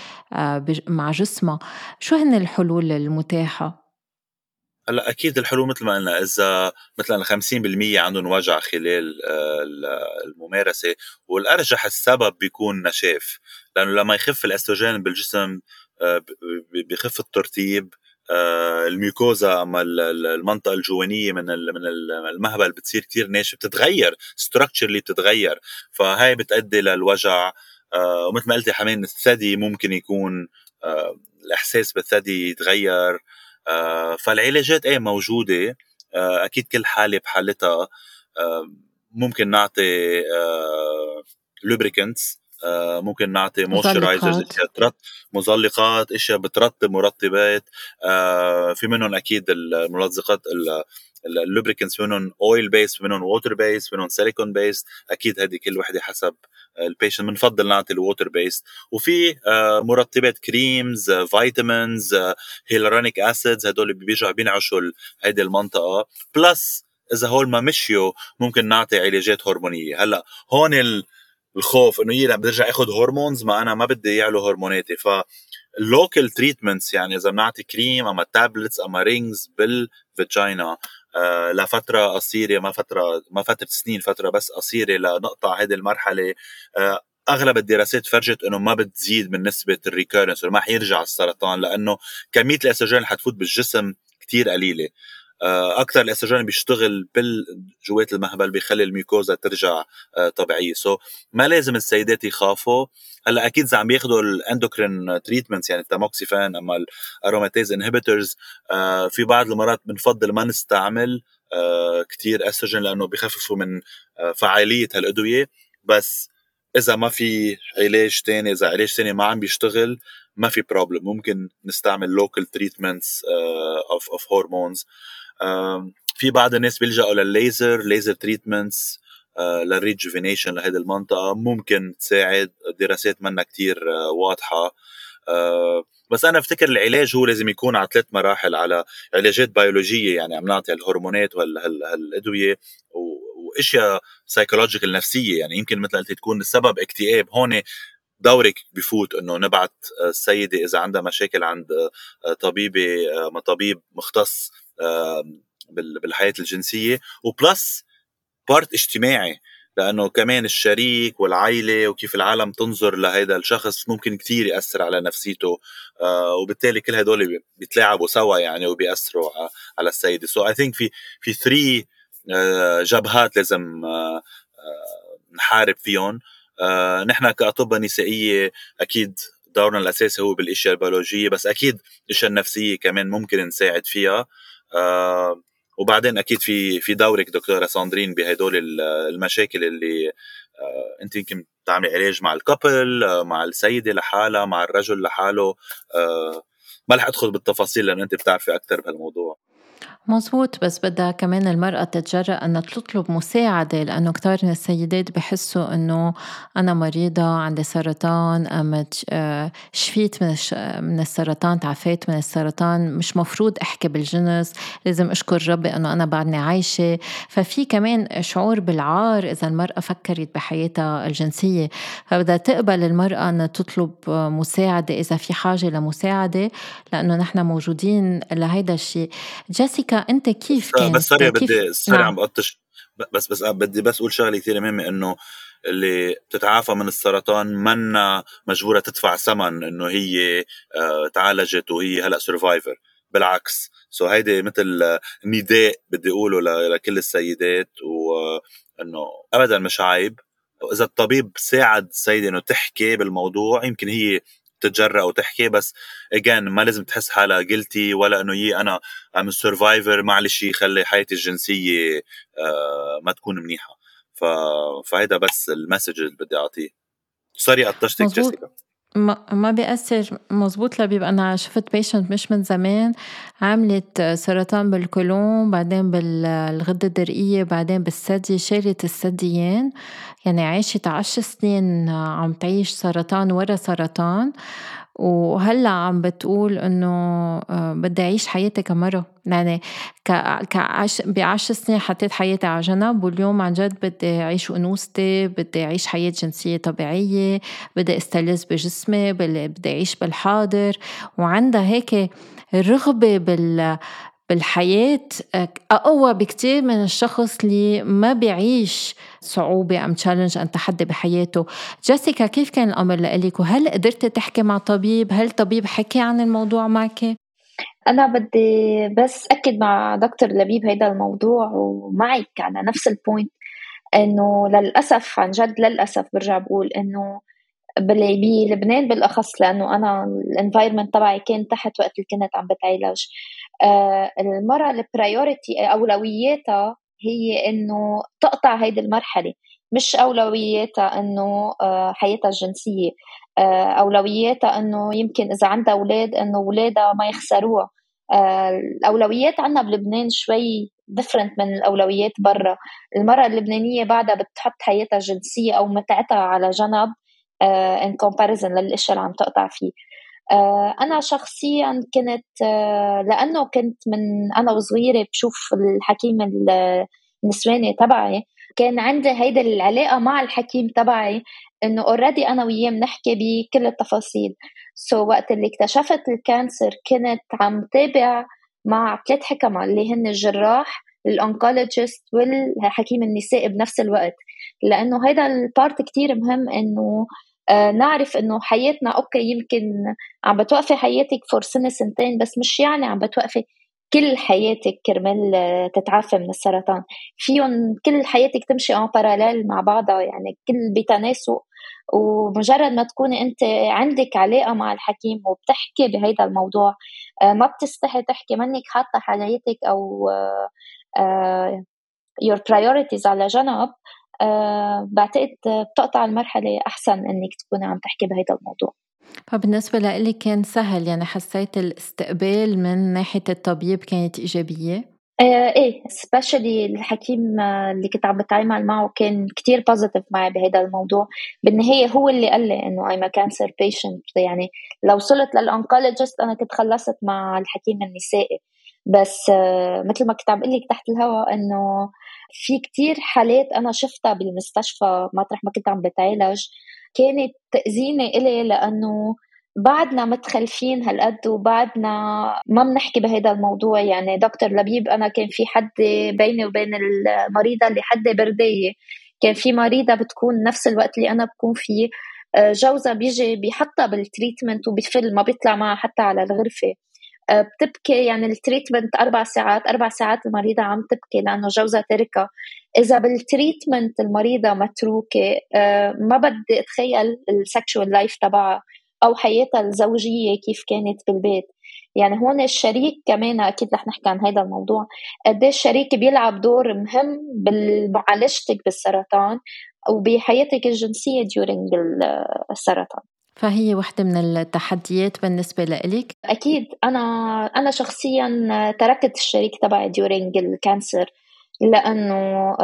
Speaker 2: مع جسمها. شو هن الحلول المتاحة؟
Speaker 3: هلا اكيد الحلول مثل ما قلنا، اذا مثلا 50% عندهم وجع خلال الممارسه، والارجح السبب بيكون نشاف، لانه لما يخف الاستروجين بالجسم بيخف الترطيب. الميوكوزا اما المنطقه الجوانيه من المهبل بتصير كتير ناشفه، بتتغير ستراكشرلي، بتتغير، فهاي بتؤدي للوجع. ومثل ما قلتي حمان الثدي ممكن يكون الاحساس بالثدي يتغير. فالعلاجات موجودة. أكيد كل حالة بحالتها. ممكن نعطي lubricants، ممكن نعطي moisturizers، مزلقات، اشياء بترطب، مرطبات. في منهم اكيد الملزقات اللوبريكنتس، منهم اويل بيس، منهم ووتر بيس، منهم سيليكون بيس. اكيد هذه كل وحده حسب البيشنت، بنفضل نعطي الووتر بيس. وفي مرطبات، كريمز، فيتامينز، هيلورونيك اسيدز، هدول بيرجعوا بينعشوا هيدي المنطقه. بلس اذا هول ما مشيوا ممكن نعطي علاجات هرمونيه. هلا هون الخوف انه يلا بدي اخذ هرمونز، ما انا ما بدي يعلو هرموناتي. فاللوكال تريتمنتس، يعني اذا بنعطي كريم اما تابلتس اما رينجز بالفاجينا لفتره قصيره، ما فتره سنين، فتره بس قصيره لنقطع هذه المرحله. اغلب الدراسات فرجت انه ما بتزيد من نسبه الريكورنس، وما حيرجع السرطان، لانه كميه الاستروجين اللي حتفوت بالجسم كتير قليله. اكثر الاستروجين بيشتغل بالجوات المهبل، بيخلي الميوكوزا ترجع طبيعيه. ما لازم السيدات يخافوا. هلا اكيد اذا عم بياخذوا الاندوكرين تريتمنتس، يعني التاموكسيفان اما الاروماتيز انهبيتورز، في بعض المرات بنفضل ما نستعمل كتير استروجين، لانه بيخففوا من فعاليه هالادويه. بس إذا ما في علاج تاني، إذا علاج تاني ما عم بيشتغل ما في problem، ممكن نستعمل local treatments of hormones. في بعض الناس بيلجأوا للليزر treatments للريجوفينيشن لهذه المنطقة، ممكن تساعد. دراسات منا كتير واضحة. بس أنا أفتكر العلاج هو لازم يكون على 3 مراحل، على علاجات بيولوجية يعني عم نعطي الهرمونات والأدوية، واشياء سايكولوجيكال نفسيه، يعني يمكن مثل قلت تكون السبب اكتئاب. هون دورك بفوت انه نبعت السيده اذا عندها مشاكل عند طبيب مختص بالحياه الجنسيه، وبلس بارت اجتماعي، لانه كمان الشريك والعائله وكيف العالم تنظر لهذا الشخص ممكن كتير ياثر على نفسيته، وبالتالي كل هدول بيتلاعبوا سوا يعني وبيأثروا على السيده. سو اي ثينك في 3 جبهات لازم نحارب فيهم. نحن كأطباء نسائية أكيد دورنا الأساسي هو بالأشياء البيولوجية، بس أكيد الأشياء النفسية كمان ممكن نساعد فيها. وبعدين أكيد في دورك دكتورة ساندرين بهدول المشاكل اللي أنت يمكن تعملي علاج مع الكابل، مع السيدة لحالها، مع الرجل لحاله. ما رح أدخل بالتفاصيل لأن أنت بتعرفي أكتر بهالموضوع.
Speaker 2: مزبوط، بس بدها كمان المرأة تتجرأ أن تطلب مساعدة، لأنه كتار من السيدات بحسوا أنه أنا مريضة عندي سرطان، أما شفيت من السرطان، تعافيت من السرطان، مش مفروض أحكي بالجنس، لازم أشكر ربي أنه أنا بعدني عايشة. ففي كمان شعور بالعار إذا المرأة فكرت بحياتها الجنسية، فبدها تقبل المرأة أن تطلب مساعدة إذا في حاجة لمساعدة، لأنه نحن موجودين لهيدا الشيء. جيسيكا، أنت كيف كانت؟
Speaker 3: بس سوري بدي
Speaker 2: نعم.
Speaker 3: عم بقطش، بس بدي بس أقول شغلة كثير مهمة، إنه اللي بتتعافى من السرطان منا مجبورة تدفع ثمن إنه هي تعالجت وهي هلأ سيرفايفر. بالعكس، هيدي مثل نداء بدي أقوله لكل السيدات، وإنه أبدا مش عيب. وإذا الطبيب ساعد السيدة إنه تحكي بالموضوع يمكن هي تتجرأ وتحكي، بس again ما لازم تحس حالها guilty ولا إنه أنا I'm a survivor معلش يخلي حياتي الجنسية ما تكون منيحة. فهيدا بس المسج اللي بدي أعطيه. سوري قطشتك جيسيكا.
Speaker 2: ما بيأثر. مزبوط لبيب. أنا شفت بيشنت مش من زمان عملت سرطان بالكولون، بعدين بالغدة الدرقية، بعدين بالثدي، شالت الثديين، يعني عاشت 10 سنين عم تعيش سرطان ورا سرطان، وهلأ عم بتقول إنه بدي أعيش حياتي كمرة، يعني ب10 سنين حطيت حياتي على جنب، واليوم عن جد بدي أعيش أنوثتي، بدي أعيش حياة جنسية طبيعية، بدي استلذ بجسمي، بدي أعيش بالحاضر. وعندها هيك رغبة بالحياة أقوى بكتير من الشخص اللي ما بيعيش صعوبة أم تشالنج أم تحدي بحياته. جيسيكا، كيف كان الأمر لإلك؟ وهل قدرت تحكي مع طبيب؟ هل طبيب حكي عن الموضوع معك؟
Speaker 4: أنا بدي بس أكد مع دكتور لبيب هيدا الموضوع ومعك على نفس البوينت، إنه للأسف عن جد للأسف برجع بقول إنه بلبنان بالأخص، لأنه أنا الانفايرمنت تبعي كان تحت وقت اللي كنت عم بتعالج. المرأة البرايوريتي أولوياتها هي إنه تقطع هيدي المرحلة، مش أولوياتها إنه حياتها الجنسية. أولوياتها إنه يمكن إذا عندها أولاد إنه أولادها ما يخسروها. الأولويات عنا بلبنان شوي different من الأولويات برا. المرأة اللبنانية بعدها بتحط حياتها الجنسية أو متعتها على جنب in comparison للأشياء اللي عم تقطع فيه. أنا شخصيا كنت لأنه كنت من أنا وصغيرة بشوف الحكيم النسواني تبعي، كان عندي هيدا العلاقة مع الحكيم تبعي إنه already أنا وياه بنحكي بكل التفاصيل. وقت اللي اكتشفت الكانسر كنت عم تابع مع 3 حكمة اللي هن الجراح، الأونكولوجيست، والحكيم النساء بنفس الوقت، لأنه هيدا البارت كتير مهم إنه نعرف إنه حياتنا أوكي يمكن عم بتوقفي حياتك فور سنة سنتين، بس مش يعني عم بتوقفي كل حياتك كرمال تتعافى من السرطان. فيهم كل حياتك تمشي en parallel مع بعضها، يعني كل بتناسق. ومجرد ما تكوني أنت عندك علاقة مع الحكيم وبتحكي بهيدا الموضوع، ما بتستحي تحكي، منك حاطة حياتك أو your priorities على جنب، بعتقد بتقطع المرحلة أحسن إنك تكوني عم تحكي بهيدا الموضوع.
Speaker 2: فبالنسبة لإلي كان سهل، يعني حسيت الاستقبال من ناحية الطبيب كانت إيجابية؟
Speaker 4: إيه especially الحكيم اللي كنت عم بتعامل معه كان كتير positive معي بهذا الموضوع. بالنهاية هو اللي قال لي إنه I'm a cancer patient، يعني لو وصلت للأونكولوجيست أنا كنت خلصت مع الحكيم النسائي. بس مثل ما كنت عم قلك تحت الهواء إنه في كتير حالات أنا شفتها بالمستشفى مطرح ما كنت عم بتعالج كانت تأذيني إلي، لأنه بعدنا متخلفين هالقد وبعدنا ما بنحكي بهذا الموضوع. يعني دكتور لبيب أنا كان في حد بيني وبين المريضة اللي حدة بردية، كان في مريضة بتكون نفس الوقت اللي أنا بكون فيه جوزها بيجي بيحطها بالتريتمنت وبيفل ما بيطلع معها حتى على الغرفة. بتبكي، يعني التريتمنت 4 ساعات 4 ساعات المريضة عم تبكي لأنه جوزها تركها. إذا بالتريتمنت المريضة متروكة ما بدي أتخيل السكشوال لايف تبعها أو حياتها الزوجية كيف كانت بالبيت. يعني هون الشريك كمان أكيد رح نحكي عن هذا الموضوع، قد الشريك بيلعب دور مهم بمعالجتك بالسرطان وبحياتك الجنسية during السرطان.
Speaker 2: فهي واحدة من التحديات بالنسبة لإلك؟
Speaker 4: أكيد أنا شخصيا تركت الشريك تبعي during الكانسر، لأنه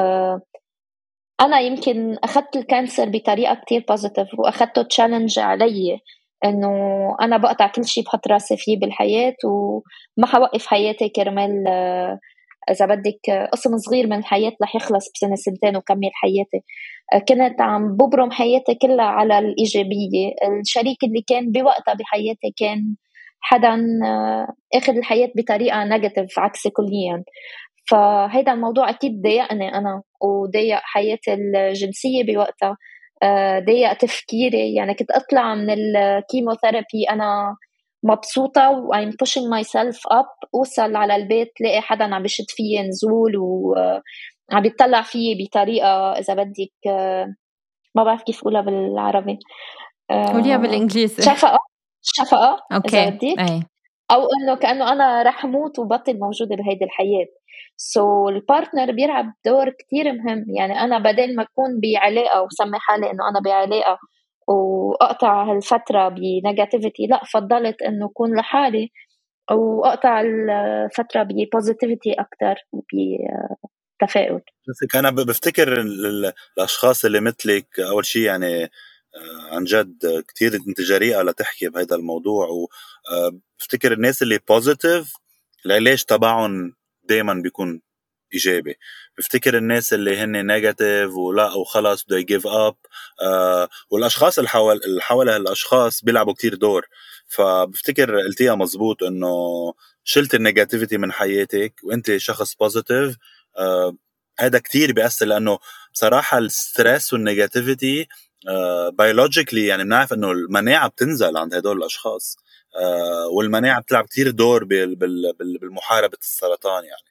Speaker 4: أنا يمكن أخذت الكانسر بطريقة كتير بوزيتيف وأخذته تشالنج علي، إنه أنا بقطع كل شيء بحط راسي فيه بالحياة وما حوقف حياتي كرمال إذا بدك قسم صغير من الحياة رح يخلص بسنة سنتين وكمل حياتي. كنت عم ببرم حياتي كلها على الإيجابية. الشريك اللي كان بوقتها بحياتي كان حدا أخذ الحياة بطريقة نيجاتيف عكسي كليا. فهيدا الموضوع أكيد ضايقني أنا وضايق حياتي الجنسية بوقتها، ضايق تفكيري. يعني كنت أطلع من الكيموثيرابي أنا مبسوطة و I'm pushing myself up، أوصل على البيت لاقي حدا عم بيشد فيي نزول وعم بيطلع فيي بطريقة إذا بدك ما بعرف كيف أقولها بالعربي،
Speaker 2: قوليها بالإنجليزي.
Speaker 4: شفقة إذا
Speaker 2: أوكي.
Speaker 4: بدك،
Speaker 2: أي.
Speaker 4: أو إنه كأنه أنا رح موت وبطل موجودة بهيدي الحياة. البارتنر بيلعب دور كتير مهم. يعني أنا بدل ما أكون بعلاقة وسمي حالي إنه أنا بعلاقة وأقطع هالفترة بنيجاتيفيتي، لا فضلت إنه أكون لحالي وأقطع الفترة ببوزيتيفيتي أكتر وبتفاؤل.
Speaker 3: بس أنا بفتكر الأشخاص اللي مثلك أول شيء يعني عن جد كتير انت جريئة لتحكي بهذا الموضوع، وبفتكر الناس اللي بوزيتيف العلاج تبعهم دايما بيكون إيجابي. بفتكر الناس اللي هن نيجاتيف ولا وخلاص بده يجيف أب، والأشخاص اللي حول هالأشخاص بيلعبوا كتير دور. فبفتكر قلتيها مزبوط إنه شلت النيجاتيفيتي من حياتك وانت شخص بوزيتيف. هذا كتير بيأثر، لأنه بصراحة الستريس والنيجاتيفيتي بيولوجيكلي يعني بنعرف انه المناعه بتنزل عند هدول الاشخاص، والمناعه بتلعب كتير دور بالمحاربه السرطان يعني.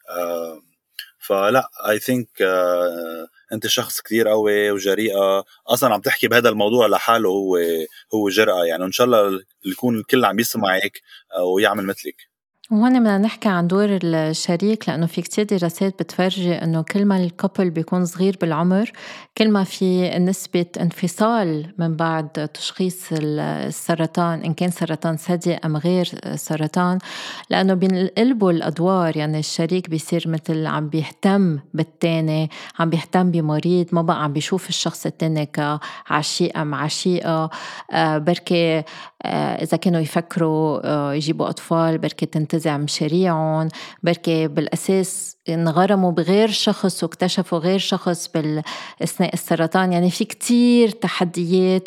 Speaker 3: فلا I think انت شخص كتير قوي وجريئه اصلا عم تحكي بهذا الموضوع لحاله، هو جرأة يعني. وان شاء الله يكون الكل عم يسمعك ويعمل مثلك.
Speaker 2: وهون بدنا نحكي عن دور الشريك، لأنه في كتير دراسات بتفرجي أنه كل ما الكابل بيكون صغير بالعمر كل ما في نسبة انفصال من بعد تشخيص السرطان، إن كان سرطان ثدي أم غير سرطان، لأنه بينقلبوا الأدوار. يعني الشريك بيصير مثل عم بيهتم بالتاني، عم بيهتم بمريض، ما بقى عم بيشوف الشخص التاني كعشيقة مع عشيقة. بركي إذا كانوا يفكروا يجيبوا أطفال بركي تنتزع مشاريعهم، بركي بالأساس انغرموا بغير شخص واكتشفوا غير شخص بالأثناء السرطان. يعني في كتير تحديات،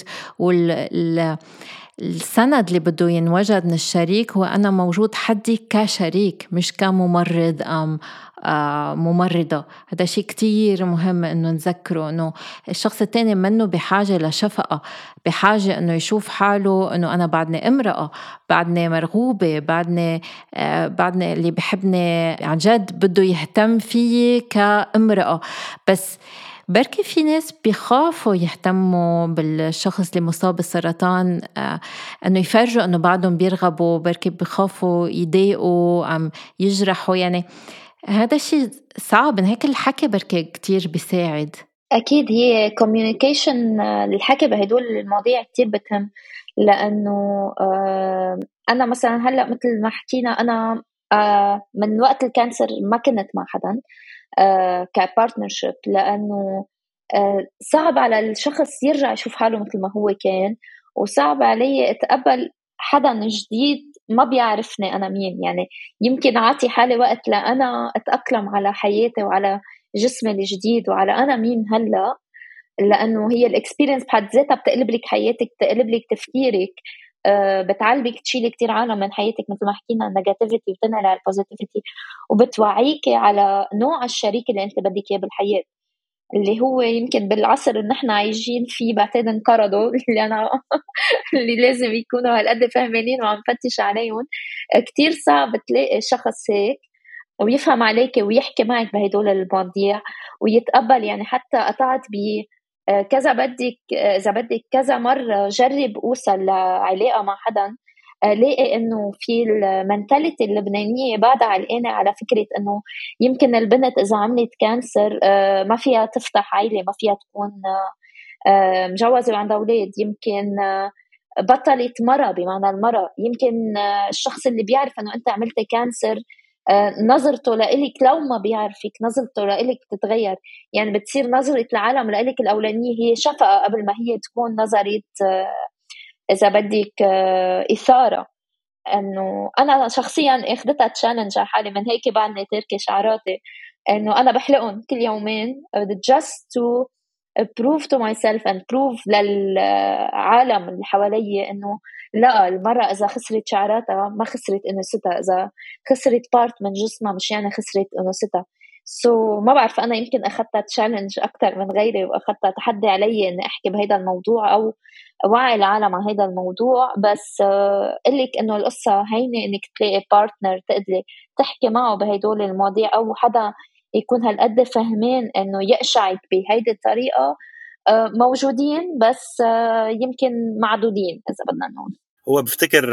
Speaker 2: السند اللي بده ينوجد من الشريك هو أنا موجود حدي كشريك مش كممرض أم ممرضة. هذا شيء كتير مهم إنه نذكره، إنه الشخص التاني منه بحاجة لشفقة، بحاجة إنه يشوف حاله إنه أنا بعدني امرأة، بعدني مرغوبة، بعدني اللي بحبني عن جد بده يهتم فيي كامرأة. بس بركي في ناس بيخافوا يهتموا بالشخص اللي مصاب بالسرطان، انه يفرجوا انه بعدهم بيرغبوا، بركي بيخافوا يضايقوا ام يجرحوا. يعني هذا الشيء صعب، هيك الحكي بركي كتير بيساعد.
Speaker 4: أكيد هي communication، الحكي بهدول المواضيع كتير بتهم، لأنه أنا مثلا هلأ مثل ما حكينا أنا من وقت الكانسر ما كنت مع حدا كبارتنرشيب، لأنه صعب على الشخص يرجع يشوف حاله مثل ما هو كان، وصعب علي أتقبل حدا جديد ما بيعرفني أنا مين. يعني يمكن أعطي حالي وقت لأنا أتأقلم على حياتي وعلى جسمي الجديد وعلى أنا مين هلأ، لأنه هي الإكسبيرينس بحد ذاتها بتقلب لك حياتك، بتقلب لك تفكيرك، بتعلمك تشيلي كتير عالم من حياتك مثل ما حكينا النيجاتيفيتي وتنقل على البوزيتيفيتي، وبتوعيكي على نوع الشريك اللي انت بدك اياه بالحياه، اللي هو يمكن بالعصر اللي نحن عايشين فيه بعتقد انقرضوا اللي انا اللي لازم يكونوا هالقد فهمانين وعم فتش عليهم. كتير صعب تلاقي شخص هيك ويفهم عليك ويحكي معك بهدول المواضيع ويتقبل. يعني حتى قطعت كذا بدك إذا بدك كذا مرة جرب أوصل لعلاقة مع حدا، لاقي إنه في المنتاليتي اللبنانية بعدها علقانة على فكرة إنه يمكن البنت إذا عملت كانسر ما فيها تفتح عائلة، ما فيها تكون مجوزة وعندها أولاد، يمكن بطلت مرة بمعنى المرة، يمكن الشخص اللي بيعرف إنه أنت عملت كانسر نظرته لإلك لو ما بيعرفك نظرته لإلك بتتغير. يعني بتصير نظرة العالم لإلك الأولانية هي شفقة قبل ما هي تكون نظرة إذا بدك إثارة. إنه أنا شخصيا أخذتها تشالنج على حالي، من هيك بعدني تركي شعراتي إنه أنا بحلقهم كل يومين just to prove to myself and prove للعالم اللي حوالي إنه لا، المرأة إذا خسرت شعراتها ما خسرت أنوثتها، إذا خسرت بارت من جسمها مش يعني خسرت أنوثتها. ما بعرف، أنا يمكن أخذتها تشالنج أكتر من غيري وأخذتها تحدي علي إني أحكي بهذا الموضوع أو وعي العالم عن هذا الموضوع. بس قلك إنه القصة هينة إنك تلاقي بارتنر تقدري تحكي معه بهدول المواضيع أو حدا يكون هالقد فهمان إنه يقشعك بهيدي الطريقة. موجودين بس يمكن معدودين إذا بدنا نقول.
Speaker 3: هو بفتكر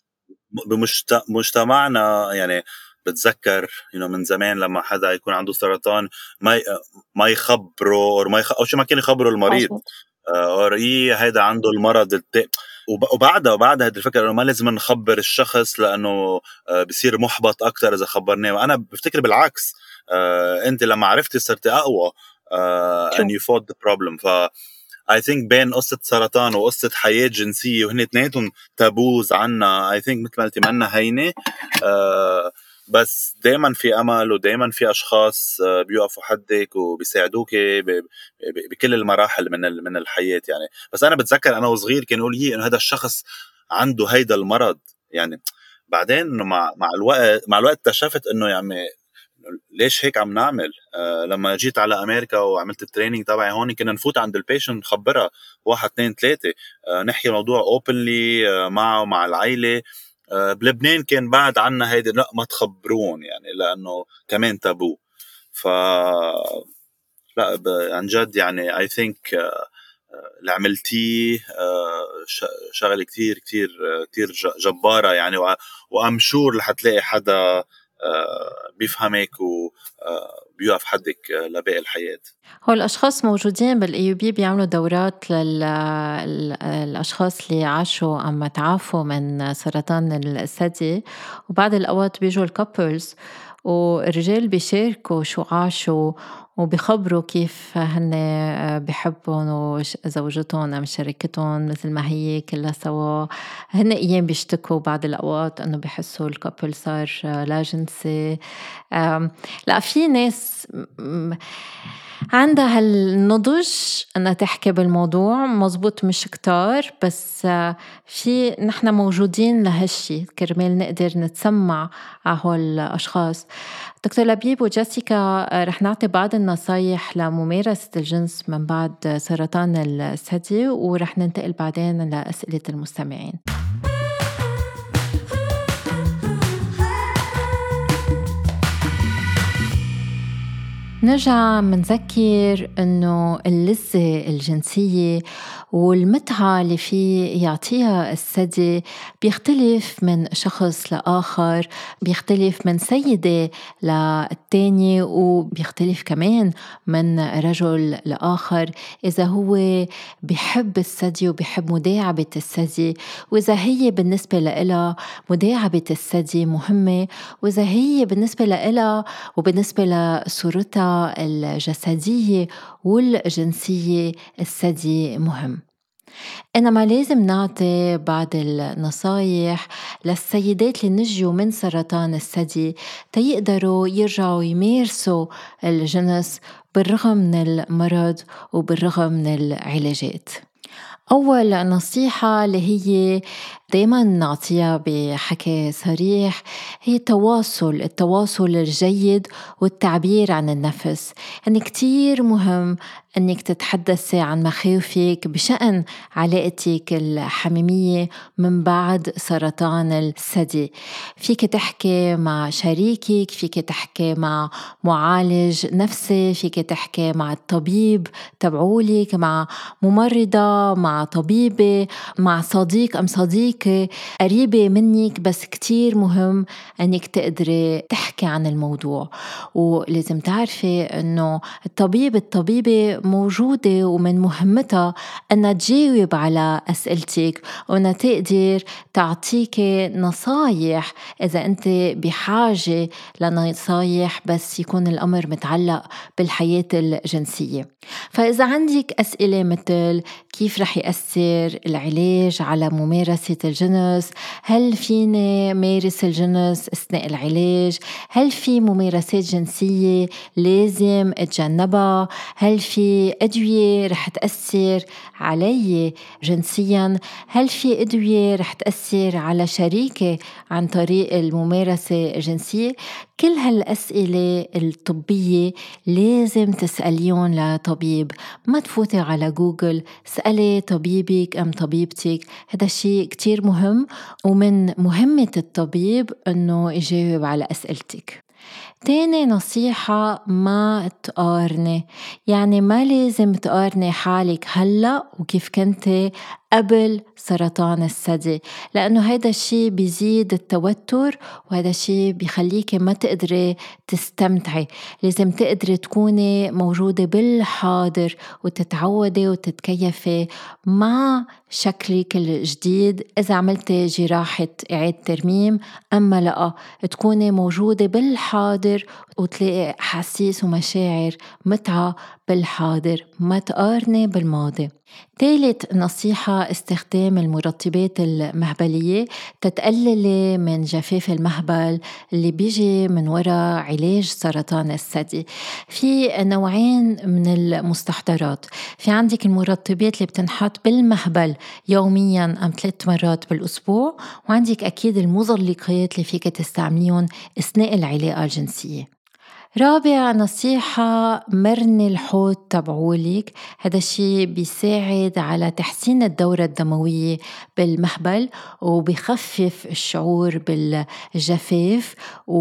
Speaker 3: بمجتمعنا يعني بتذكر من زمان لما حدا يكون عنده سرطان ما يخبره أو شو ما كان يخبره المريض هيدا عنده المرض وبعدها هيدا الفكرة إنه ما لازم نخبر الشخص لأنه بيصير محبط أكتر إذا خبرناه. وأنا بفتكر بالعكس، أنت لما عرفتي صرتي أقوى and you fought the problem. I think بين قصة سرطان وقصة حياة جنسية وهن اثنيناتهم تابوز عنا، I think مثل ما قلتي منا هينة، بس دايما في أمل ودايما في أشخاص بيوقفوا حدك وبيساعدوك بكل المراحل من الحياة يعني. بس أنا بتذكر أنا وصغير كان يقول لي إنه هذا الشخص عنده هيدا المرض، يعني بعدين إنه مع الوقت اكتشفت إنه يعني ليش هيك عم نعمل. لما جيت على أمريكا وعملت التريننج تبعي هون كنا نفوت عند البيشنت نخبرها 1 2 3، نحكي الموضوع openly معه مع العائلة. بلبنان كان بعد عنا هيدا لا ما تخبرون يعني لأنه كمان تابو. لا عن جد يعني I think اللي عملتيه شغل كتير كتير كتير جبارة يعني، وأم شور رح تلاقي حدا بيفهمك وبيوقف حدك لباقي الحياة.
Speaker 2: هو الأشخاص موجودين بالإيوبي بيعملوا دورات للأشخاص اللي عاشوا أما تعافوا من سرطان الثدي، وبعد الأوقات بيجوا الكابلز والرجال بيشاركوا شو عاشوا وبيخبروا كيف هن بيحبون وزوجتهم أم شريكتهم مثل ما هي كلها سوا. هن أيام بيشتكوا بعد الأوقات أنه بيحسوا الكابل صار لا جنسي. لا، في ناس عندها هالنضج أنها تحكي بالموضوع مزبوط، مش كتار، بس في نحن موجودين لهالشي كرمال نقدر نتسمع على هول الأشخاص. دكتور لبيب وجيسيكا رح نعطي بعض النصايح لممارسة الجنس من بعد سرطان الثدي، ورح ننتقل بعدين لأسئلة المستمعين. نرجع منذكر أنه اللذة الجنسية والمتعة اللي فيه يعطيها الثدي بيختلف من شخص لآخر، بيختلف من سيدة للتاني، وبيختلف كمان من رجل لآخر إذا هو بيحب الثدي وبيحب مداعبة الثدي، وإذا هي بالنسبة لإلها مداعبة الثدي مهمة، وإذا هي بالنسبة لإلها وبالنسبة لصورتها الجسدية والجنسية الثدي مهم. إنما لازم نعطي بعض النصايح للسيدات اللي نجوا من سرطان الثدي تيقدروا يرجعوا يمارسوا الجنس بالرغم من المرض وبالرغم من العلاجات. أول نصيحة اللي هي دايما نعطيها بحكي صريح هي التواصل الجيد والتعبير عن النفس. يعني كتير مهم أنك تتحدثي عن مخاوفك بشأن علاقتك الحميمية من بعد سرطان الثدي. فيك تحكي مع شريكك، فيك تحكي مع معالج نفسي، فيك تحكي مع الطبيب تبعولك، مع ممرضة، مع طبيبة، مع صديق أم صديقة قريبة منك. بس كتير مهم أنك تقدري تحكي عن الموضوع. ولازم تعرفي أنه الطبيبة موجودة ومن مهمتها أنها تجاوب على أسئلتك وأنها تقدر تعطيك نصايح إذا أنت بحاجة لنصايح، بس يكون الأمر متعلق بالحياة الجنسية. فإذا عندك أسئلة مثل كيف رح يأثر العلاج على ممارسة الجنس، هل فيني مارس الجنس أثناء العلاج، هل في ممارسات جنسية لازم أتجنبها، هل في أدوية رح تأثر علي جنسيا، هل في أدوية رح تأثر على شريكي عن طريق الممارسة الجنسية، كل هالأسئلة الطبية لازم تسأليون لطبيب. ما تفوتي على جوجل، اسألي طبيبك أم طبيبتك. هذا الشيء كتير مهم، ومن مهمة الطبيب أنه يجاوب على أسئلتك. تاني نصيحة، ما تقارني. يعني ما لازم تقارني حالك هلأ وكيف كنتي قبل سرطان الثدي، لأنه هذا الشيء بيزيد التوتر، وهذا الشيء بيخليكي ما تقدري تستمتعي. لازم تقدري تكوني موجودة بالحاضر وتتعودي وتتكيفي مع شكلك الجديد. إذا عملتي جراحة إعادة ترميم أما لا، تكوني موجودة بالحاضر وتلاقي حسيس ومشاعر متعة بالحاضر، ما تقارني بالماضي. ثالث نصيحة، استخدام المرطبات المهبلية تتقللي من جفاف المهبل اللي بيجي من وراء علاج سرطان الثدي. في نوعين من المستحضرات. في عندك المرطبات اللي بتنحط بالمهبل يوميا أم 3 مرات بالأسبوع، وعندك أكيد المزلقات اللي فيك تستعمليهم أثناء العلاقة الجنسية. رابع نصيحة، مرني الحوض تبعولك. هذا الشيء بيساعد على تحسين الدورة الدموية بالمهبل، وبيخفف الشعور بالجفاف،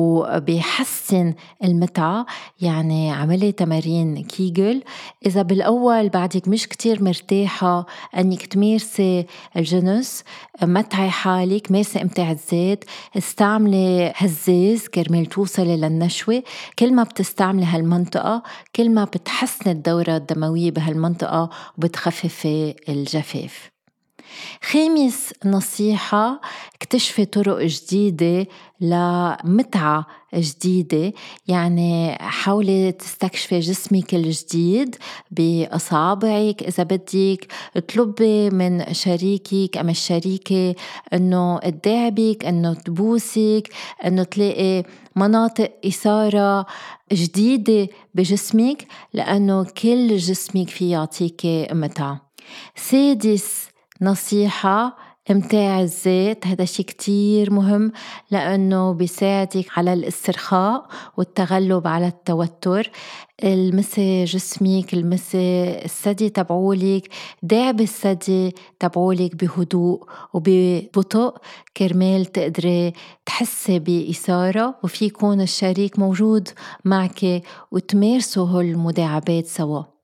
Speaker 2: وبيحسن المتعة. يعني عملي تمارين كيجل. إذا بالأول بعدك مش كتير مرتاحة أنك تمارسي الجنس، متعي حالك، مارسي إمتاع الذات، استعملي هزاز كرمال توصلي للنشوة. كل ما بتستعملي هالمنطقة كل ما بتحسن الدورة الدموية بهالمنطقة وبتخفف الجفاف. خامس نصيحة، اكتشفي طرق جديدة لمتعة جديدة. يعني حاولي تستكشفي جسمك الجديد بأصابعك. إذا بدك اطلبي من شريكك أم الشريكة أنه تداعبك، أنه تبوسك، أنه تلاقي مناطق إثارة جديدة بجسمك، لأنه كل جسمك فيه يعطيك متعة. سادس نصيحة، إمتاع الذات. هذا شيء كتير مهم لأنه بيساعدك على الاسترخاء والتغلب على التوتر. المسي جسمك، المسي الثدي تبعولك، داعب الثدي تبعولك بهدوء وببطء كرمال تقدري تحسي بإثارة، وفي يكون الشريك موجود معك وتمارسوا هالمداعبات سوا.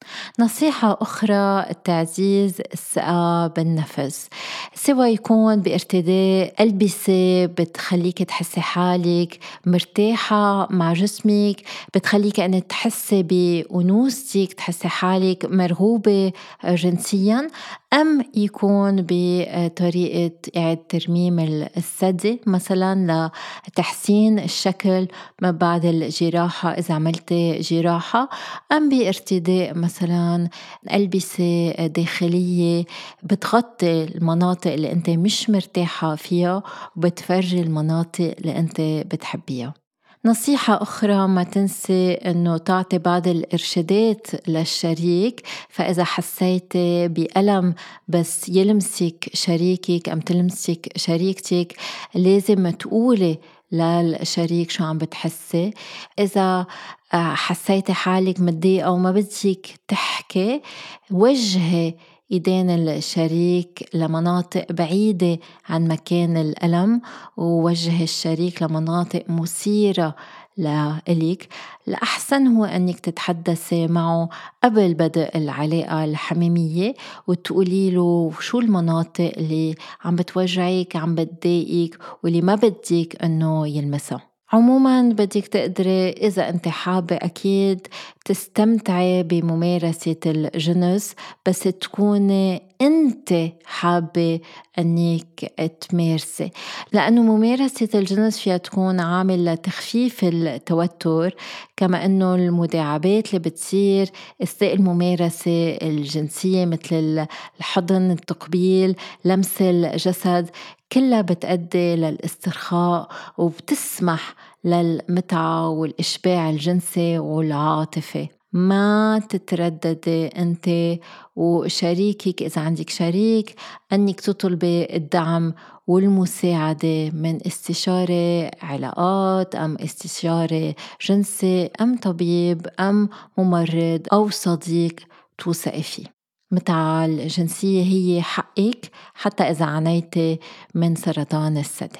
Speaker 2: نصيحة أخرى تعزيز الثقة بالنفس، سواء يكون بارتداء ألبسة بتخليك تحسي حالك مرتاحة مع جسمك، بتخليك أن تحسي بأنوثتك، تحسي حالك مرغوبة جنسيا، أم يكون بطريقة إعادة ترميم الثدي مثلا لتحسين الشكل ما بعد الجراحة إذا عملتي جراحة، أم بارتداء مثلا ألبسة داخلية بتغطي المناطق اللي أنت مش مرتاحة فيها وبتفرجي المناطق اللي أنت بتحبيها. نصيحة أخرى، ما تنسي أنه تعطي بعض الإرشادات للشريك، فإذا حسيتي بألم بس يلمسك شريكك أم تلمسك شريكتك لازم تقولي للشريك شو عم بتحسي. إذا حسيتي حالك متضايقة وما بدك تحكي، وجهي إيدين الشريك لمناطق بعيدة عن مكان الألم، ووجه الشريك لمناطق مثيرة لإلك. الأحسن هو أنك تتحدثي معه قبل بدء العلاقة الحميمية وتقولي له شو المناطق اللي عم بتوجعك عم بتضايقك واللي ما بدك أنه يلمسها. عموماً بدك تقدري إذا أنت حابة أكيد تستمتعي بممارسة الجنس، بس تكوني أنت حابة أنك تمارسي، لأنه ممارسة الجنس فيها تكون عامل لتخفيف التوتر، كما أنه المداعبات اللي بتصير أثناء الممارسة الجنسية مثل الحضن، التقبيل، لمس الجسد، كلها بتأدي للاسترخاء وبتسمح للمتعة والإشباع الجنسي والعاطفي. ما تترددي أنت وشريكك إذا عندك شريك أنك تطلبي الدعم والمساعدة من استشاري علاقات أم استشاري جنسي أم طبيب أم ممرض أو صديق توثقي فيه. المتعة الجنسية هي حقك حتى إذا عانيتي من سرطان الثدي.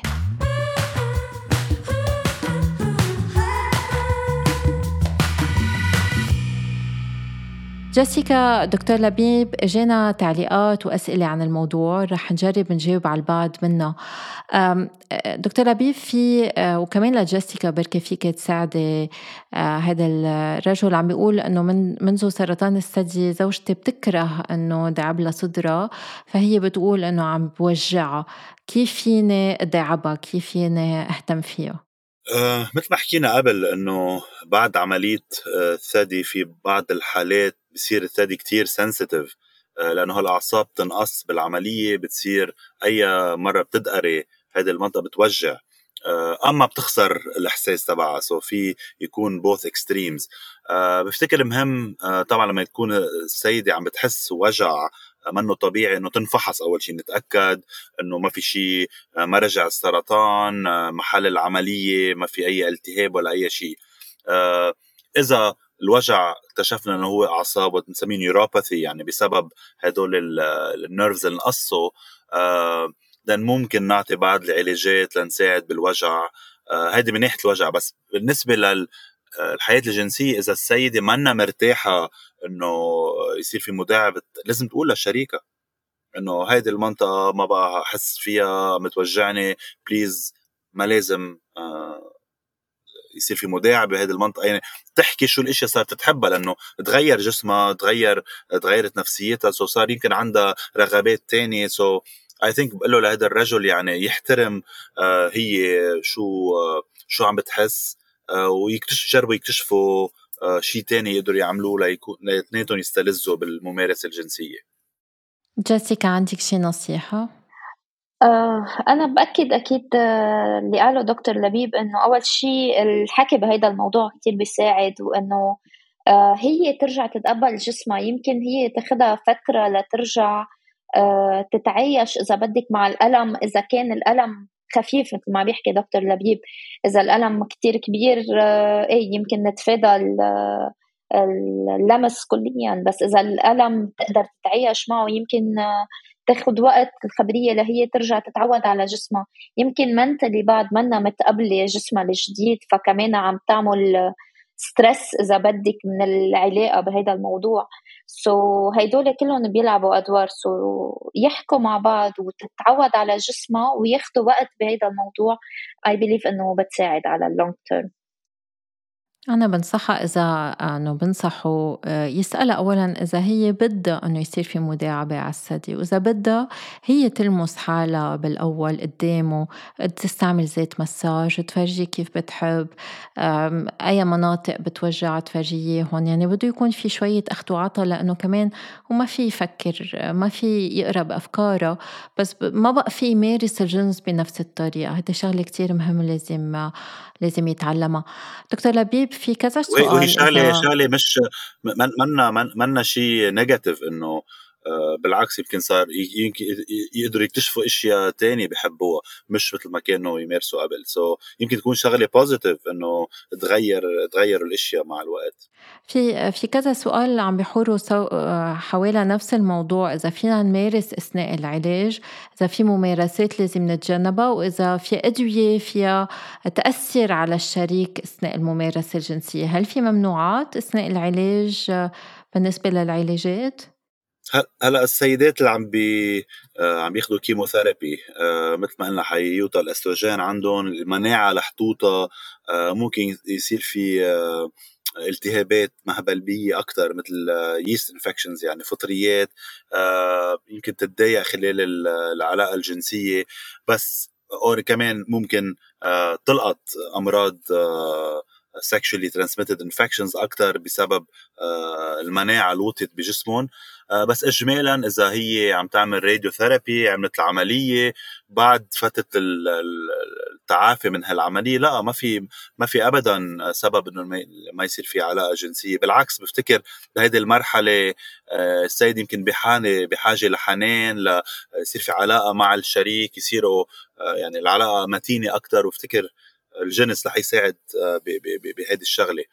Speaker 2: جيسيكا، دكتور لبيب، اجينا تعليقات وأسئلة عن الموضوع رح نجرب نجاوب على البعض منها. دكتور لبيب، في وكمان لجيسيكا بركي فيك تساعدي هذا الرجل عم بيقول أنه منذ سرطان الثدي زوجتي بتكره أنه دعب لها صدرها، فهي بتقول أنه عم بوجعها، كيف فيني دعبها، كيف فيني أهتم فيها؟
Speaker 3: مثل ما حكينا قبل انه بعد عملية الثدي في بعض الحالات بصير الثدي كتير سنسيتيف، لانه هالاعصاب تنقص بالعملية، بتصير اي مرة بتدقري هذه المنطقة بتوجع، اما بتخسر الاحساس تبعها، سو في يكون both extremes. بفتكر مهم طبعا لما تكون السيدة عم بتحس وجع منه طبيعي انه تنفحص اول شيء، نتاكد انه ما في شيء، ما رجع السرطان محل العمليه، ما في اي التهاب ولا اي شيء. اذا الوجع اكتشفنا انه هو اعصاب بنسميه نيوروباثي، يعني بسبب هدول النيرفز اللي انقصوا، لأن ممكن نعطي بعض العلاجات لنساعد بالوجع. هيدي من ناحية الوجع. بس بالنسبة للحياة الجنسية، إذا السيدة منا مرتاحة إنه يصير في مداعبة، لازم تقول للشريكة إنه هيدي المنطقة ما بقى أحس فيها متوجعني، بليز ما لازم يصير في مداعبة بهذه المنطقة. يعني تحكي شو الاشياء صارت تتحبها، لأنه تغير جسمها، تغيرت نفسيتها، سو صار يمكن عندها رغبات تانية. سو I think بقوله لهذا الرجل يعني يحترم هي شو عم بتحس، ويجربوا يكتشفوا شيء تاني يقدروا يعملوه ليتنيتهم يستلذوا بالممارسة الجنسية.
Speaker 2: جيسيكا، عندك شي نصيحة؟
Speaker 4: أنا بأكد أكيد اللي قاله دكتور لبيب، إنه أول شيء الحكي بهيدا الموضوع كتير بيساعد، وإنه هي ترجع تتقبل جسمها. يمكن هي تاخدها فترة لترجع تتعايش إذا بدك مع الألم، إذا كان الألم خفيف مثل ما بيحكي دكتور لبيب. إذا الألم كتير كبير يمكن نتفادى اللمس كليا، بس إذا الألم تقدر تتعايش معه يمكن تاخد وقت الخبرية لهي ترجع تتعود على جسمها. يمكن منتلي بعد منا متقبلة جسمها الجديد، فكمان عم تعمل ستريس إذا بدك من العلاقة بهذا الموضوع. هيدول كلهم بيلعبوا أدوار. يحكوا مع بعض وتتعود على جسمها وياخدوا وقت بهذا الموضوع. I believe إنه بتساعد على اللونج تيرم.
Speaker 2: أنا بنصحها إذا إنه بنصحه يسألها أولاً إذا هي بدها إنه يصير في مداعبة على الثدي، وإذا بدها هي تلمس حالها بالأول قدامه، تستعمل زيت مساج، تفرجيه كيف بتحب، أي مناطق بتوجع تفرجيه هون. يعني بده يكون في شوية أخذ وعطا، لأنه كمان هو ما في يفكر، ما في يقرأ بأفكاره، بس ما بقى في يمارس الجنس بنفس الطريقة. هذا شغلة كتير مهم لازم يتعلمها. دكتور لبيب، في كذا
Speaker 3: وهي
Speaker 2: سؤال إذا
Speaker 3: شغله مش منا شيء نيجاتيف، انه بالعكس يمكن صار يقدروا يكتشفوا اشياء تانية بحبوها مش مثل ما كانوا يمارسوا قبل. يمكن تكون شغله بوزيتيف انه تغير الاشياء مع الوقت.
Speaker 2: في كذا سؤال عم بيحوروا حوالي نفس الموضوع، إذا فينا نمارس أثناء العلاج، إذا في ممارسات لازم نتجنبها، وإذا في أدوية فيها تأثر على الشريك أثناء الممارسة الجنسية. هل في ممنوعات أثناء العلاج بالنسبة للعلاجات؟
Speaker 3: هلا السيدات اللي عم ياخذوا كيموثيرابي، مثل ما قلنا حيوطى الاستروجين عندهم، المناعه لحطوطه، ممكن يصير في التهابات مهبلبية أكتر مثل ييست انفكشنز، يعني فطريات، يمكن تتضايق خلال العلاقة الجنسية. بس كمان ممكن تلقط أمراض sexually transmitted infections أكتر بسبب المناعة الوطت بجسمهم. بس إجمالا إذا هي عم تعمل راديوثيرابي، عملت العملية بعد فترة التعافي من هالعملية، لا ما في أبدا سبب إنه ما يصير في علاقة جنسية. بالعكس بفتكر بهذه المرحلة السيد يمكن بحاجة لحنان، يصير في علاقة مع الشريك، يصيروا يعني العلاقة متينة أكتر، وافتكر الجنس رح يساعد بهذه الشغلة.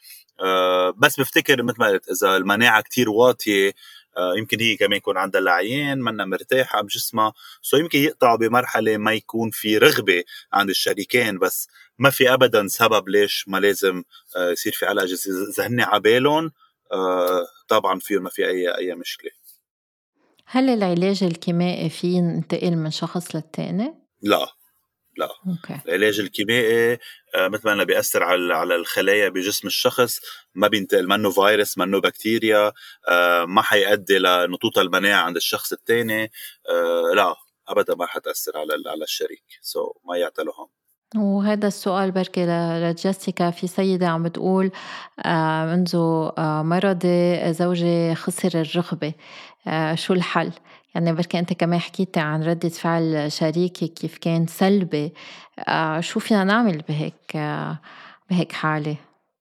Speaker 3: بس بفتكر مثل ما قلت إذا المناعة كتير واطية، يمكن هي كمان يكون عندها العيان منا مرتاحة بجسمها، يمكن يقطعوا بمرحلة ما يكون في رغبة عند الشريكين، بس ما في أبدا سبب ليش ما لازم يصير في علاقة جنسية. إذا هن عبالهم طبعا ما في أي مشكلة.
Speaker 2: هل العلاج الكيميائي فيه ينتقل من شخص للتاني؟
Speaker 3: لا.
Speaker 2: أوكي.
Speaker 3: العلاج الكيميائي مثل ما بيأثر على الخلايا بجسم الشخص، ما بينتقل، منه فيروس، منه بكتيريا، ما حيؤدي لنطوط المناعة عند الشخص الثاني. لا أبدا ما حتأثر على الشريك. ما يعتلهم.
Speaker 2: وهذا السؤال بركي لجيسيكا. في سيدة عم بتقول منذ مرضي زوجي خسر الرغبة، شو الحل؟ يعني بركي أنت كمان حكيتي عن ردة فعل شريكي كيف كان سلبي، شو فينا نعمل بهيك حالة؟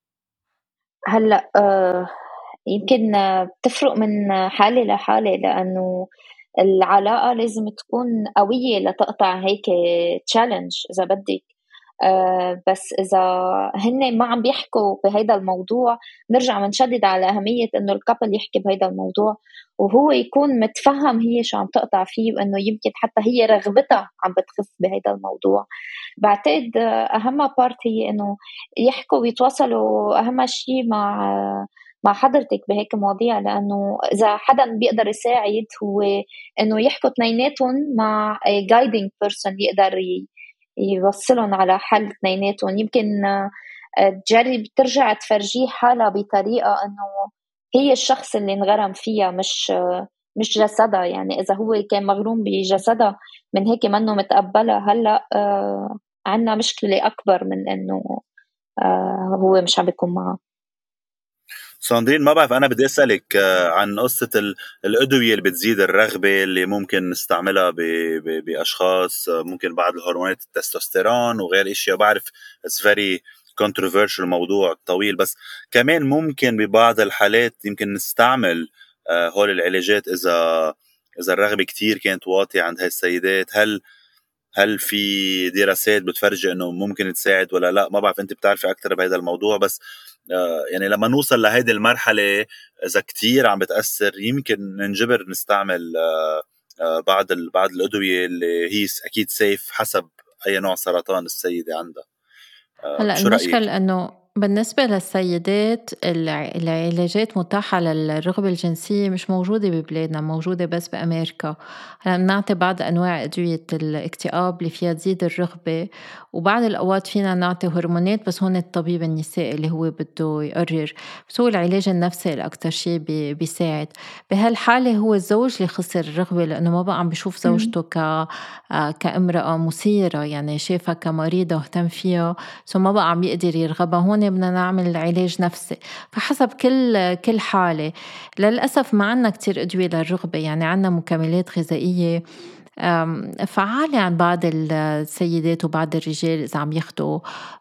Speaker 4: هلأ يمكن بتفرق من حالة لحالة، لأنه العلاقة لازم تكون قوية لتقطع هيك تشالنج إذا بدك. بس إذا هن ما عم بيحكوا بهيدا الموضوع، نرجع منشدد على أهمية إنه الكابل يحكي بهيدا الموضوع، وهو يكون متفهم هي شو عم تقطع فيه، وإنه يمكن حتى هي رغبتها عم بتخف بهيدا الموضوع. بعتقد أهم بارت هي إنه يحكوا ويتواصلوا أهم شيء مع حضرتك بهيك مواضيع، لأنه إذا حدا بيقدر يساعد هو إنه يحكوا اثنيناتهم مع guiding person يقدر يوصلهم على حل اثنيناتهم. يمكن تجرب ترجع تفرجيه حالها بطريقة إنه هي الشخص اللي انغرم فيها، مش جسدها. يعني إذا هو كان مغروم بجسدها من هيك منه متقبلها، هلأ عنا مشكلة أكبر من إنه هو مش عم بيكون معها.
Speaker 3: ساندرين، ما بعرف، أنا بدي أسألك عن قصة الأدوية اللي بتزيد الرغبة اللي ممكن نستعملها بأشخاص، ممكن بعض الهرمونات، التستوستيرون وغير إشياء. بعرف it's very controversial، موضوع طويل، بس كمان ممكن ببعض الحالات يمكن نستعمل هول العلاجات إذا الرغبة كتير كانت واطية عند هاي السيدات. هل في دراسات بتفرجي انه ممكن تساعد ولا لا؟ ما بعرف، انت بتعرفي اكثر بهذا الموضوع. بس يعني لما نوصل لهيدي المرحلة اذا كتير عم بتأثر، يمكن ننجبر نستعمل بعض الأدوية اللي هي اكيد سيف حسب اي نوع سرطان السيدة عندها.
Speaker 2: هلا
Speaker 3: شو رأيك؟
Speaker 2: المشكل انه بالنسبة للسيدات العلاجات متاحة للرغبة الجنسية مش موجودة ببلادنا، موجودة بس بأمريكا. هلا بنعطي بعض أنواع أدوية الاكتئاب اللي فيها تزيد الرغبة، وبعض الأوقات فينا نعطي هرمونات، بس هون الطبيب النسائي اللي هو بده يقرر. بس هو العلاج النفسي الأكتر شيء بيساعد. بهالحالة هو الزوج اللي خسر الرغبة، لأنه ما بقى عم بيشوف زوجته كامرأة مثيرة، يعني شايفها كمريضة واهتم فيها، ما بقى عم يقدر يرغبها. هون بدنا نعمل علاج نفسي فحسب كل حالة. للأسف ما عنا كتير أدوية للرغبة، يعني عنا مكملات غذائية فعالة عن بعض السيدات وبعض الرجال إذا عم ياخدوا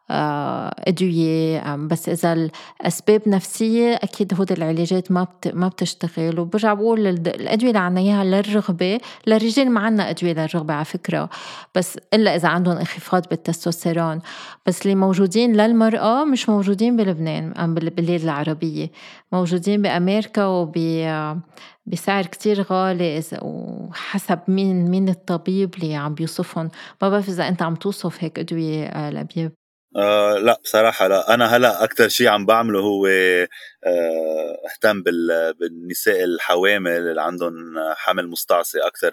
Speaker 2: أدوية، بس إذا الأسباب نفسية أكيد هود العلاجات ما بتشتغل. وبرجع بقول الأدوية اللي عنا إياها للرغبة، للرجال ما عنا أدوية للرغبة على فكرة، بس إلا إذا عندهم انخفاض بالتستوستيرون. بس اللي موجودين للمرأة مش موجودين بلبنان أم بالبلاد العربية، موجودين بأمريكا بسعر كتير غالي، وحسب مين الطبيب اللي عم بيوصفهم. ما بعرف إذا أنت عم توصف هيك أدوية لبيب.
Speaker 3: لا بصراحة لا. أنا هلأ أكتر شيء عم بعمله هو اهتم بالنساء الحوامل اللي عندهم حمل مستعصي أكتر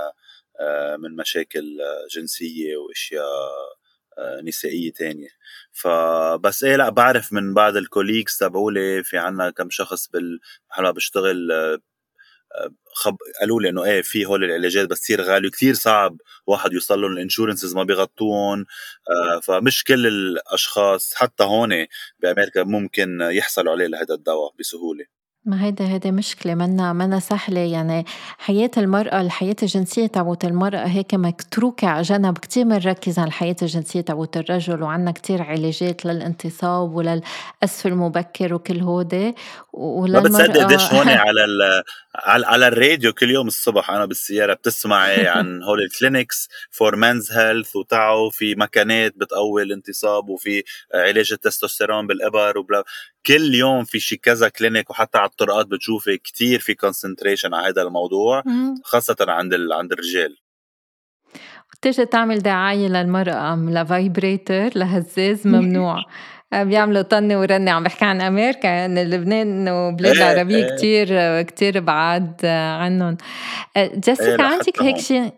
Speaker 3: من مشاكل جنسية وإشياء نسائية تانية. فبس إيه لا بعرف من بعض الكوليكس تبعولي في عنا كم شخص هلا بشتغل قالوا لي انه ايه في هول العلاجات بس كثير غالي وكثير صعب واحد يوصل لهم، الانشورنسز ما بيغطون. فمش كل الاشخاص حتى هون بامريكا ممكن يحصلوا عليه لهذا الدواء بسهوله.
Speaker 2: ما هيدا مشكلة منا سهلة. يعني حياة المرأة، الحياة الجنسية تبعت المرأة هيك متروكة على جنب. كتير منركز على الحياة الجنسية تبعت الرجل، وعنا كتير علاجات للانتصاب وللأسف المبكر وكل هودي.
Speaker 3: ما بتصدق قديش هون
Speaker 2: وللمرأة
Speaker 3: على الراديو كل يوم الصبح انا بالسياره بتسمعي عن هول الكلينكس فور مانز هيلث، وتعوا في مكانات بتقوي الانتصاب وفي علاج التستوستيرون بالإبر كل يوم في شي كذا كلينيك، وحتى على الطرقات بتشوفي كتير في كونسنتريشن على هذا الموضوع خاصة عند الرجال.
Speaker 2: تيجي تعمل دعاية للمرأة لفايبريتر لهزاز ممنوع. بيعملوا طنة ورنة. عم بحكي عن أمريكا، يعني لبنان وبلاد العربية كتير بعاد عنهم. جيسيكا عندك هيك شيء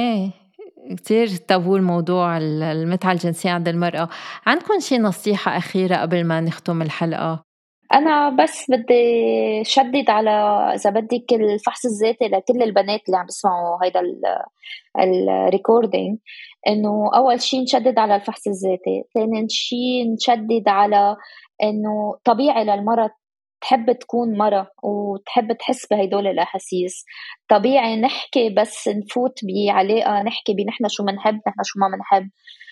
Speaker 2: كتير تابو الموضوع المتعة الجنسية عند المرأة. عندكم شي نصيحة أخيرة قبل ما نختم الحلقة؟
Speaker 4: أنا بس بدي شدد على إذا بدك الفحص الذاتي لكل البنات اللي عم بيسمعوا هيدا الريكوردينج، إنه أول شيء نشدد على الفحص الذاتي، ثاني شيء نشدد على إنه طبيعي للمرأة تحب تكون مرة وتحب تحس بهيدول الأحاسيس. طبيعي نحكي بس نفوت بعلاقة نحكي بنحن شو منحب نحن شو ما منحب.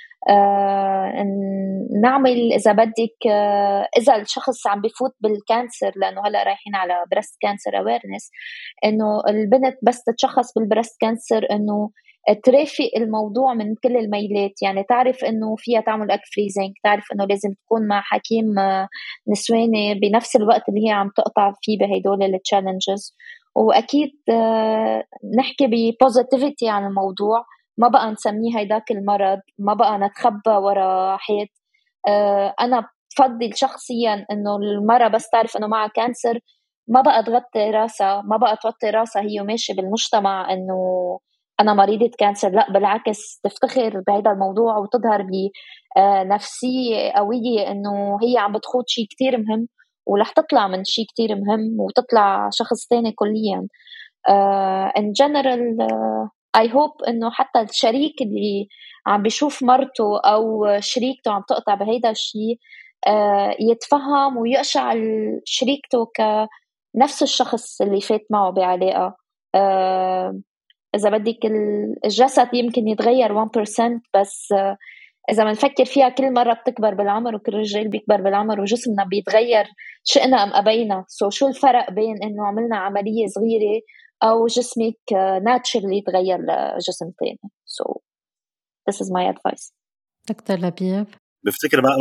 Speaker 4: نعمل إذا بدك إذا الشخص عم بفوت بالكانسر، لأنه هلأ رايحين على بريست كانسر أويرنس، إنه البنت بس تتشخص بالبريست كانسر إنه ترافق الموضوع من كل الميلات. يعني تعرف إنه فيها تعمل أك فريزنج، تعرف إنه لازم تكون مع حكيم نسواني بنفس الوقت اللي هي عم تقطع فيه بهيدول التشالنجز. وأكيد نحكي ببوزيتيفيتي عن الموضوع، ما بقى نسميه هيداك المرض، ما بقى نتخبى ورا حيط. أنا بفضل شخصيا إنه المرأة بس تعرف إنه معها كانسر ما بقى تغطي راسها، ما بقى توطي راسها هي وماشي بالمجتمع إنه أنا مريضة كانسر. لا بالعكس، تفتخر بهذا الموضوع وتظهر بنفسية قوية إنه هي عم بتخوض شيء كتير مهم، ورح تطلع من شيء كتير مهم وتطلع شخص تاني كليا. in general I hope إنه حتى الشريك اللي عم بيشوف مرته أو شريكته عم تقطع بهيدا الشيء يتفهم ويقشع شريكته كنفس الشخص اللي فات معه بعلاقة. إذا بدك الجسد يمكن يتغير 1%، بس إذا منفكر فيها كل مرة بتكبر بالعمر وكل رجال بيكبر بالعمر وجسمنا بيتغير شئنا أم أبينا. شو الفرق بين إنه عملنا عملية صغيرة أو جسمك naturally يتغير لجسم تاني. So this is my advice.
Speaker 2: دكتور لبيب،
Speaker 3: بفتكر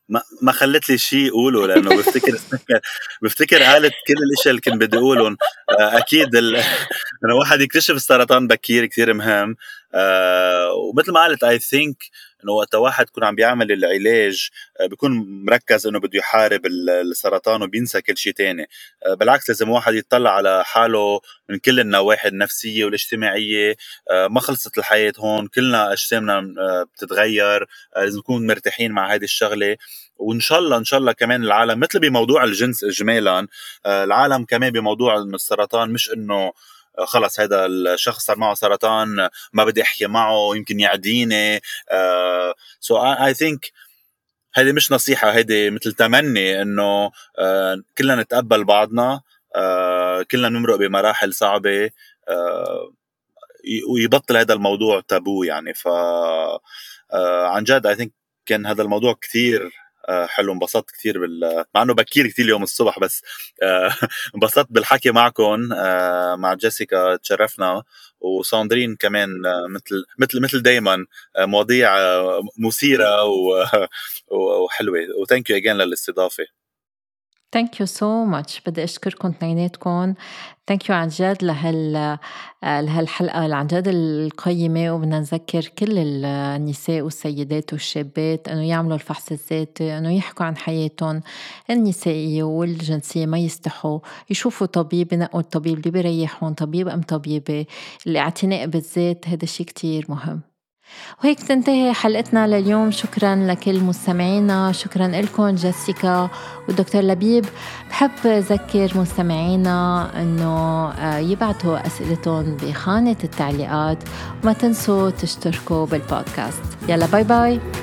Speaker 3: ما خلت لي شيء أقوله لأنه بفتكر قالت كل الأشياء اللي كنت بدي أقولهم. أكيد إنه واحد يكتشف السرطان بكير كتير مهم. ومثل ما قالت I think إنه وقت واحد يكون عم بيعمل العلاج بيكون مركز إنه بده يحارب السرطان وبينسى كل شيء تاني. بالعكس لازم واحد يطلع على حاله من كل النواحي النفسية والاجتماعية. ما خلصت الحياة هون، كلنا أجسامنا بتتغير. لازم نكون مرتاحين مع هذه الشغلة. وإن شاء الله كمان العالم مثل بموضوع الجنس إجمالا، العالم كمان بموضوع السرطان، مش إنه خلص هذا الشخص صار معه سرطان ما بدي أحكي معه يمكن يعديني. so I think هذه مش نصيحة، هذه مثل تمني إنه كلنا نتقبل بعضنا، كلنا نمرق بمراحل صعبة، ويبطل هذا الموضوع تابو يعني. عن جد I think كان هذا الموضوع كتير حلو. انبسطت كتير مع انه بكير كتير اليوم الصبح، بس انبسطت بالحكي معكم. مع جيسيكا تشرفنا، وساندرين كمان مثل دايما مواضيع مثيرة وحلوة. وثانك يو اجين للاستضافة.
Speaker 2: Thank you so much. بدي أشكركم اثنيناتكم. Thank you عن جد لهالحلقة اللي عن جد القيمة. وبدنا نذكر كل النساء والسيدات والشابات أنه يعملوا الفحص الذاتي، أنه يحكوا عن حياتهم النسائية والجنسية، ما يستحوا، يشوفوا طبيب، ينقوا الطبيب اللي بيريحهم، طبيب أم طبيبة. الاعتناء بالذات هذا شيء كتير مهم. وهيك تنتهي حلقتنا لليوم. شكرا لكل مستمعينا، شكرا لكم جيسيكا والدكتور لبيب. بحب أذكر مستمعينا أنه يبعتوا أسئلتهم بخانة التعليقات، وما تنسوا تشتركوا بالبودكاست. يلا باي باي.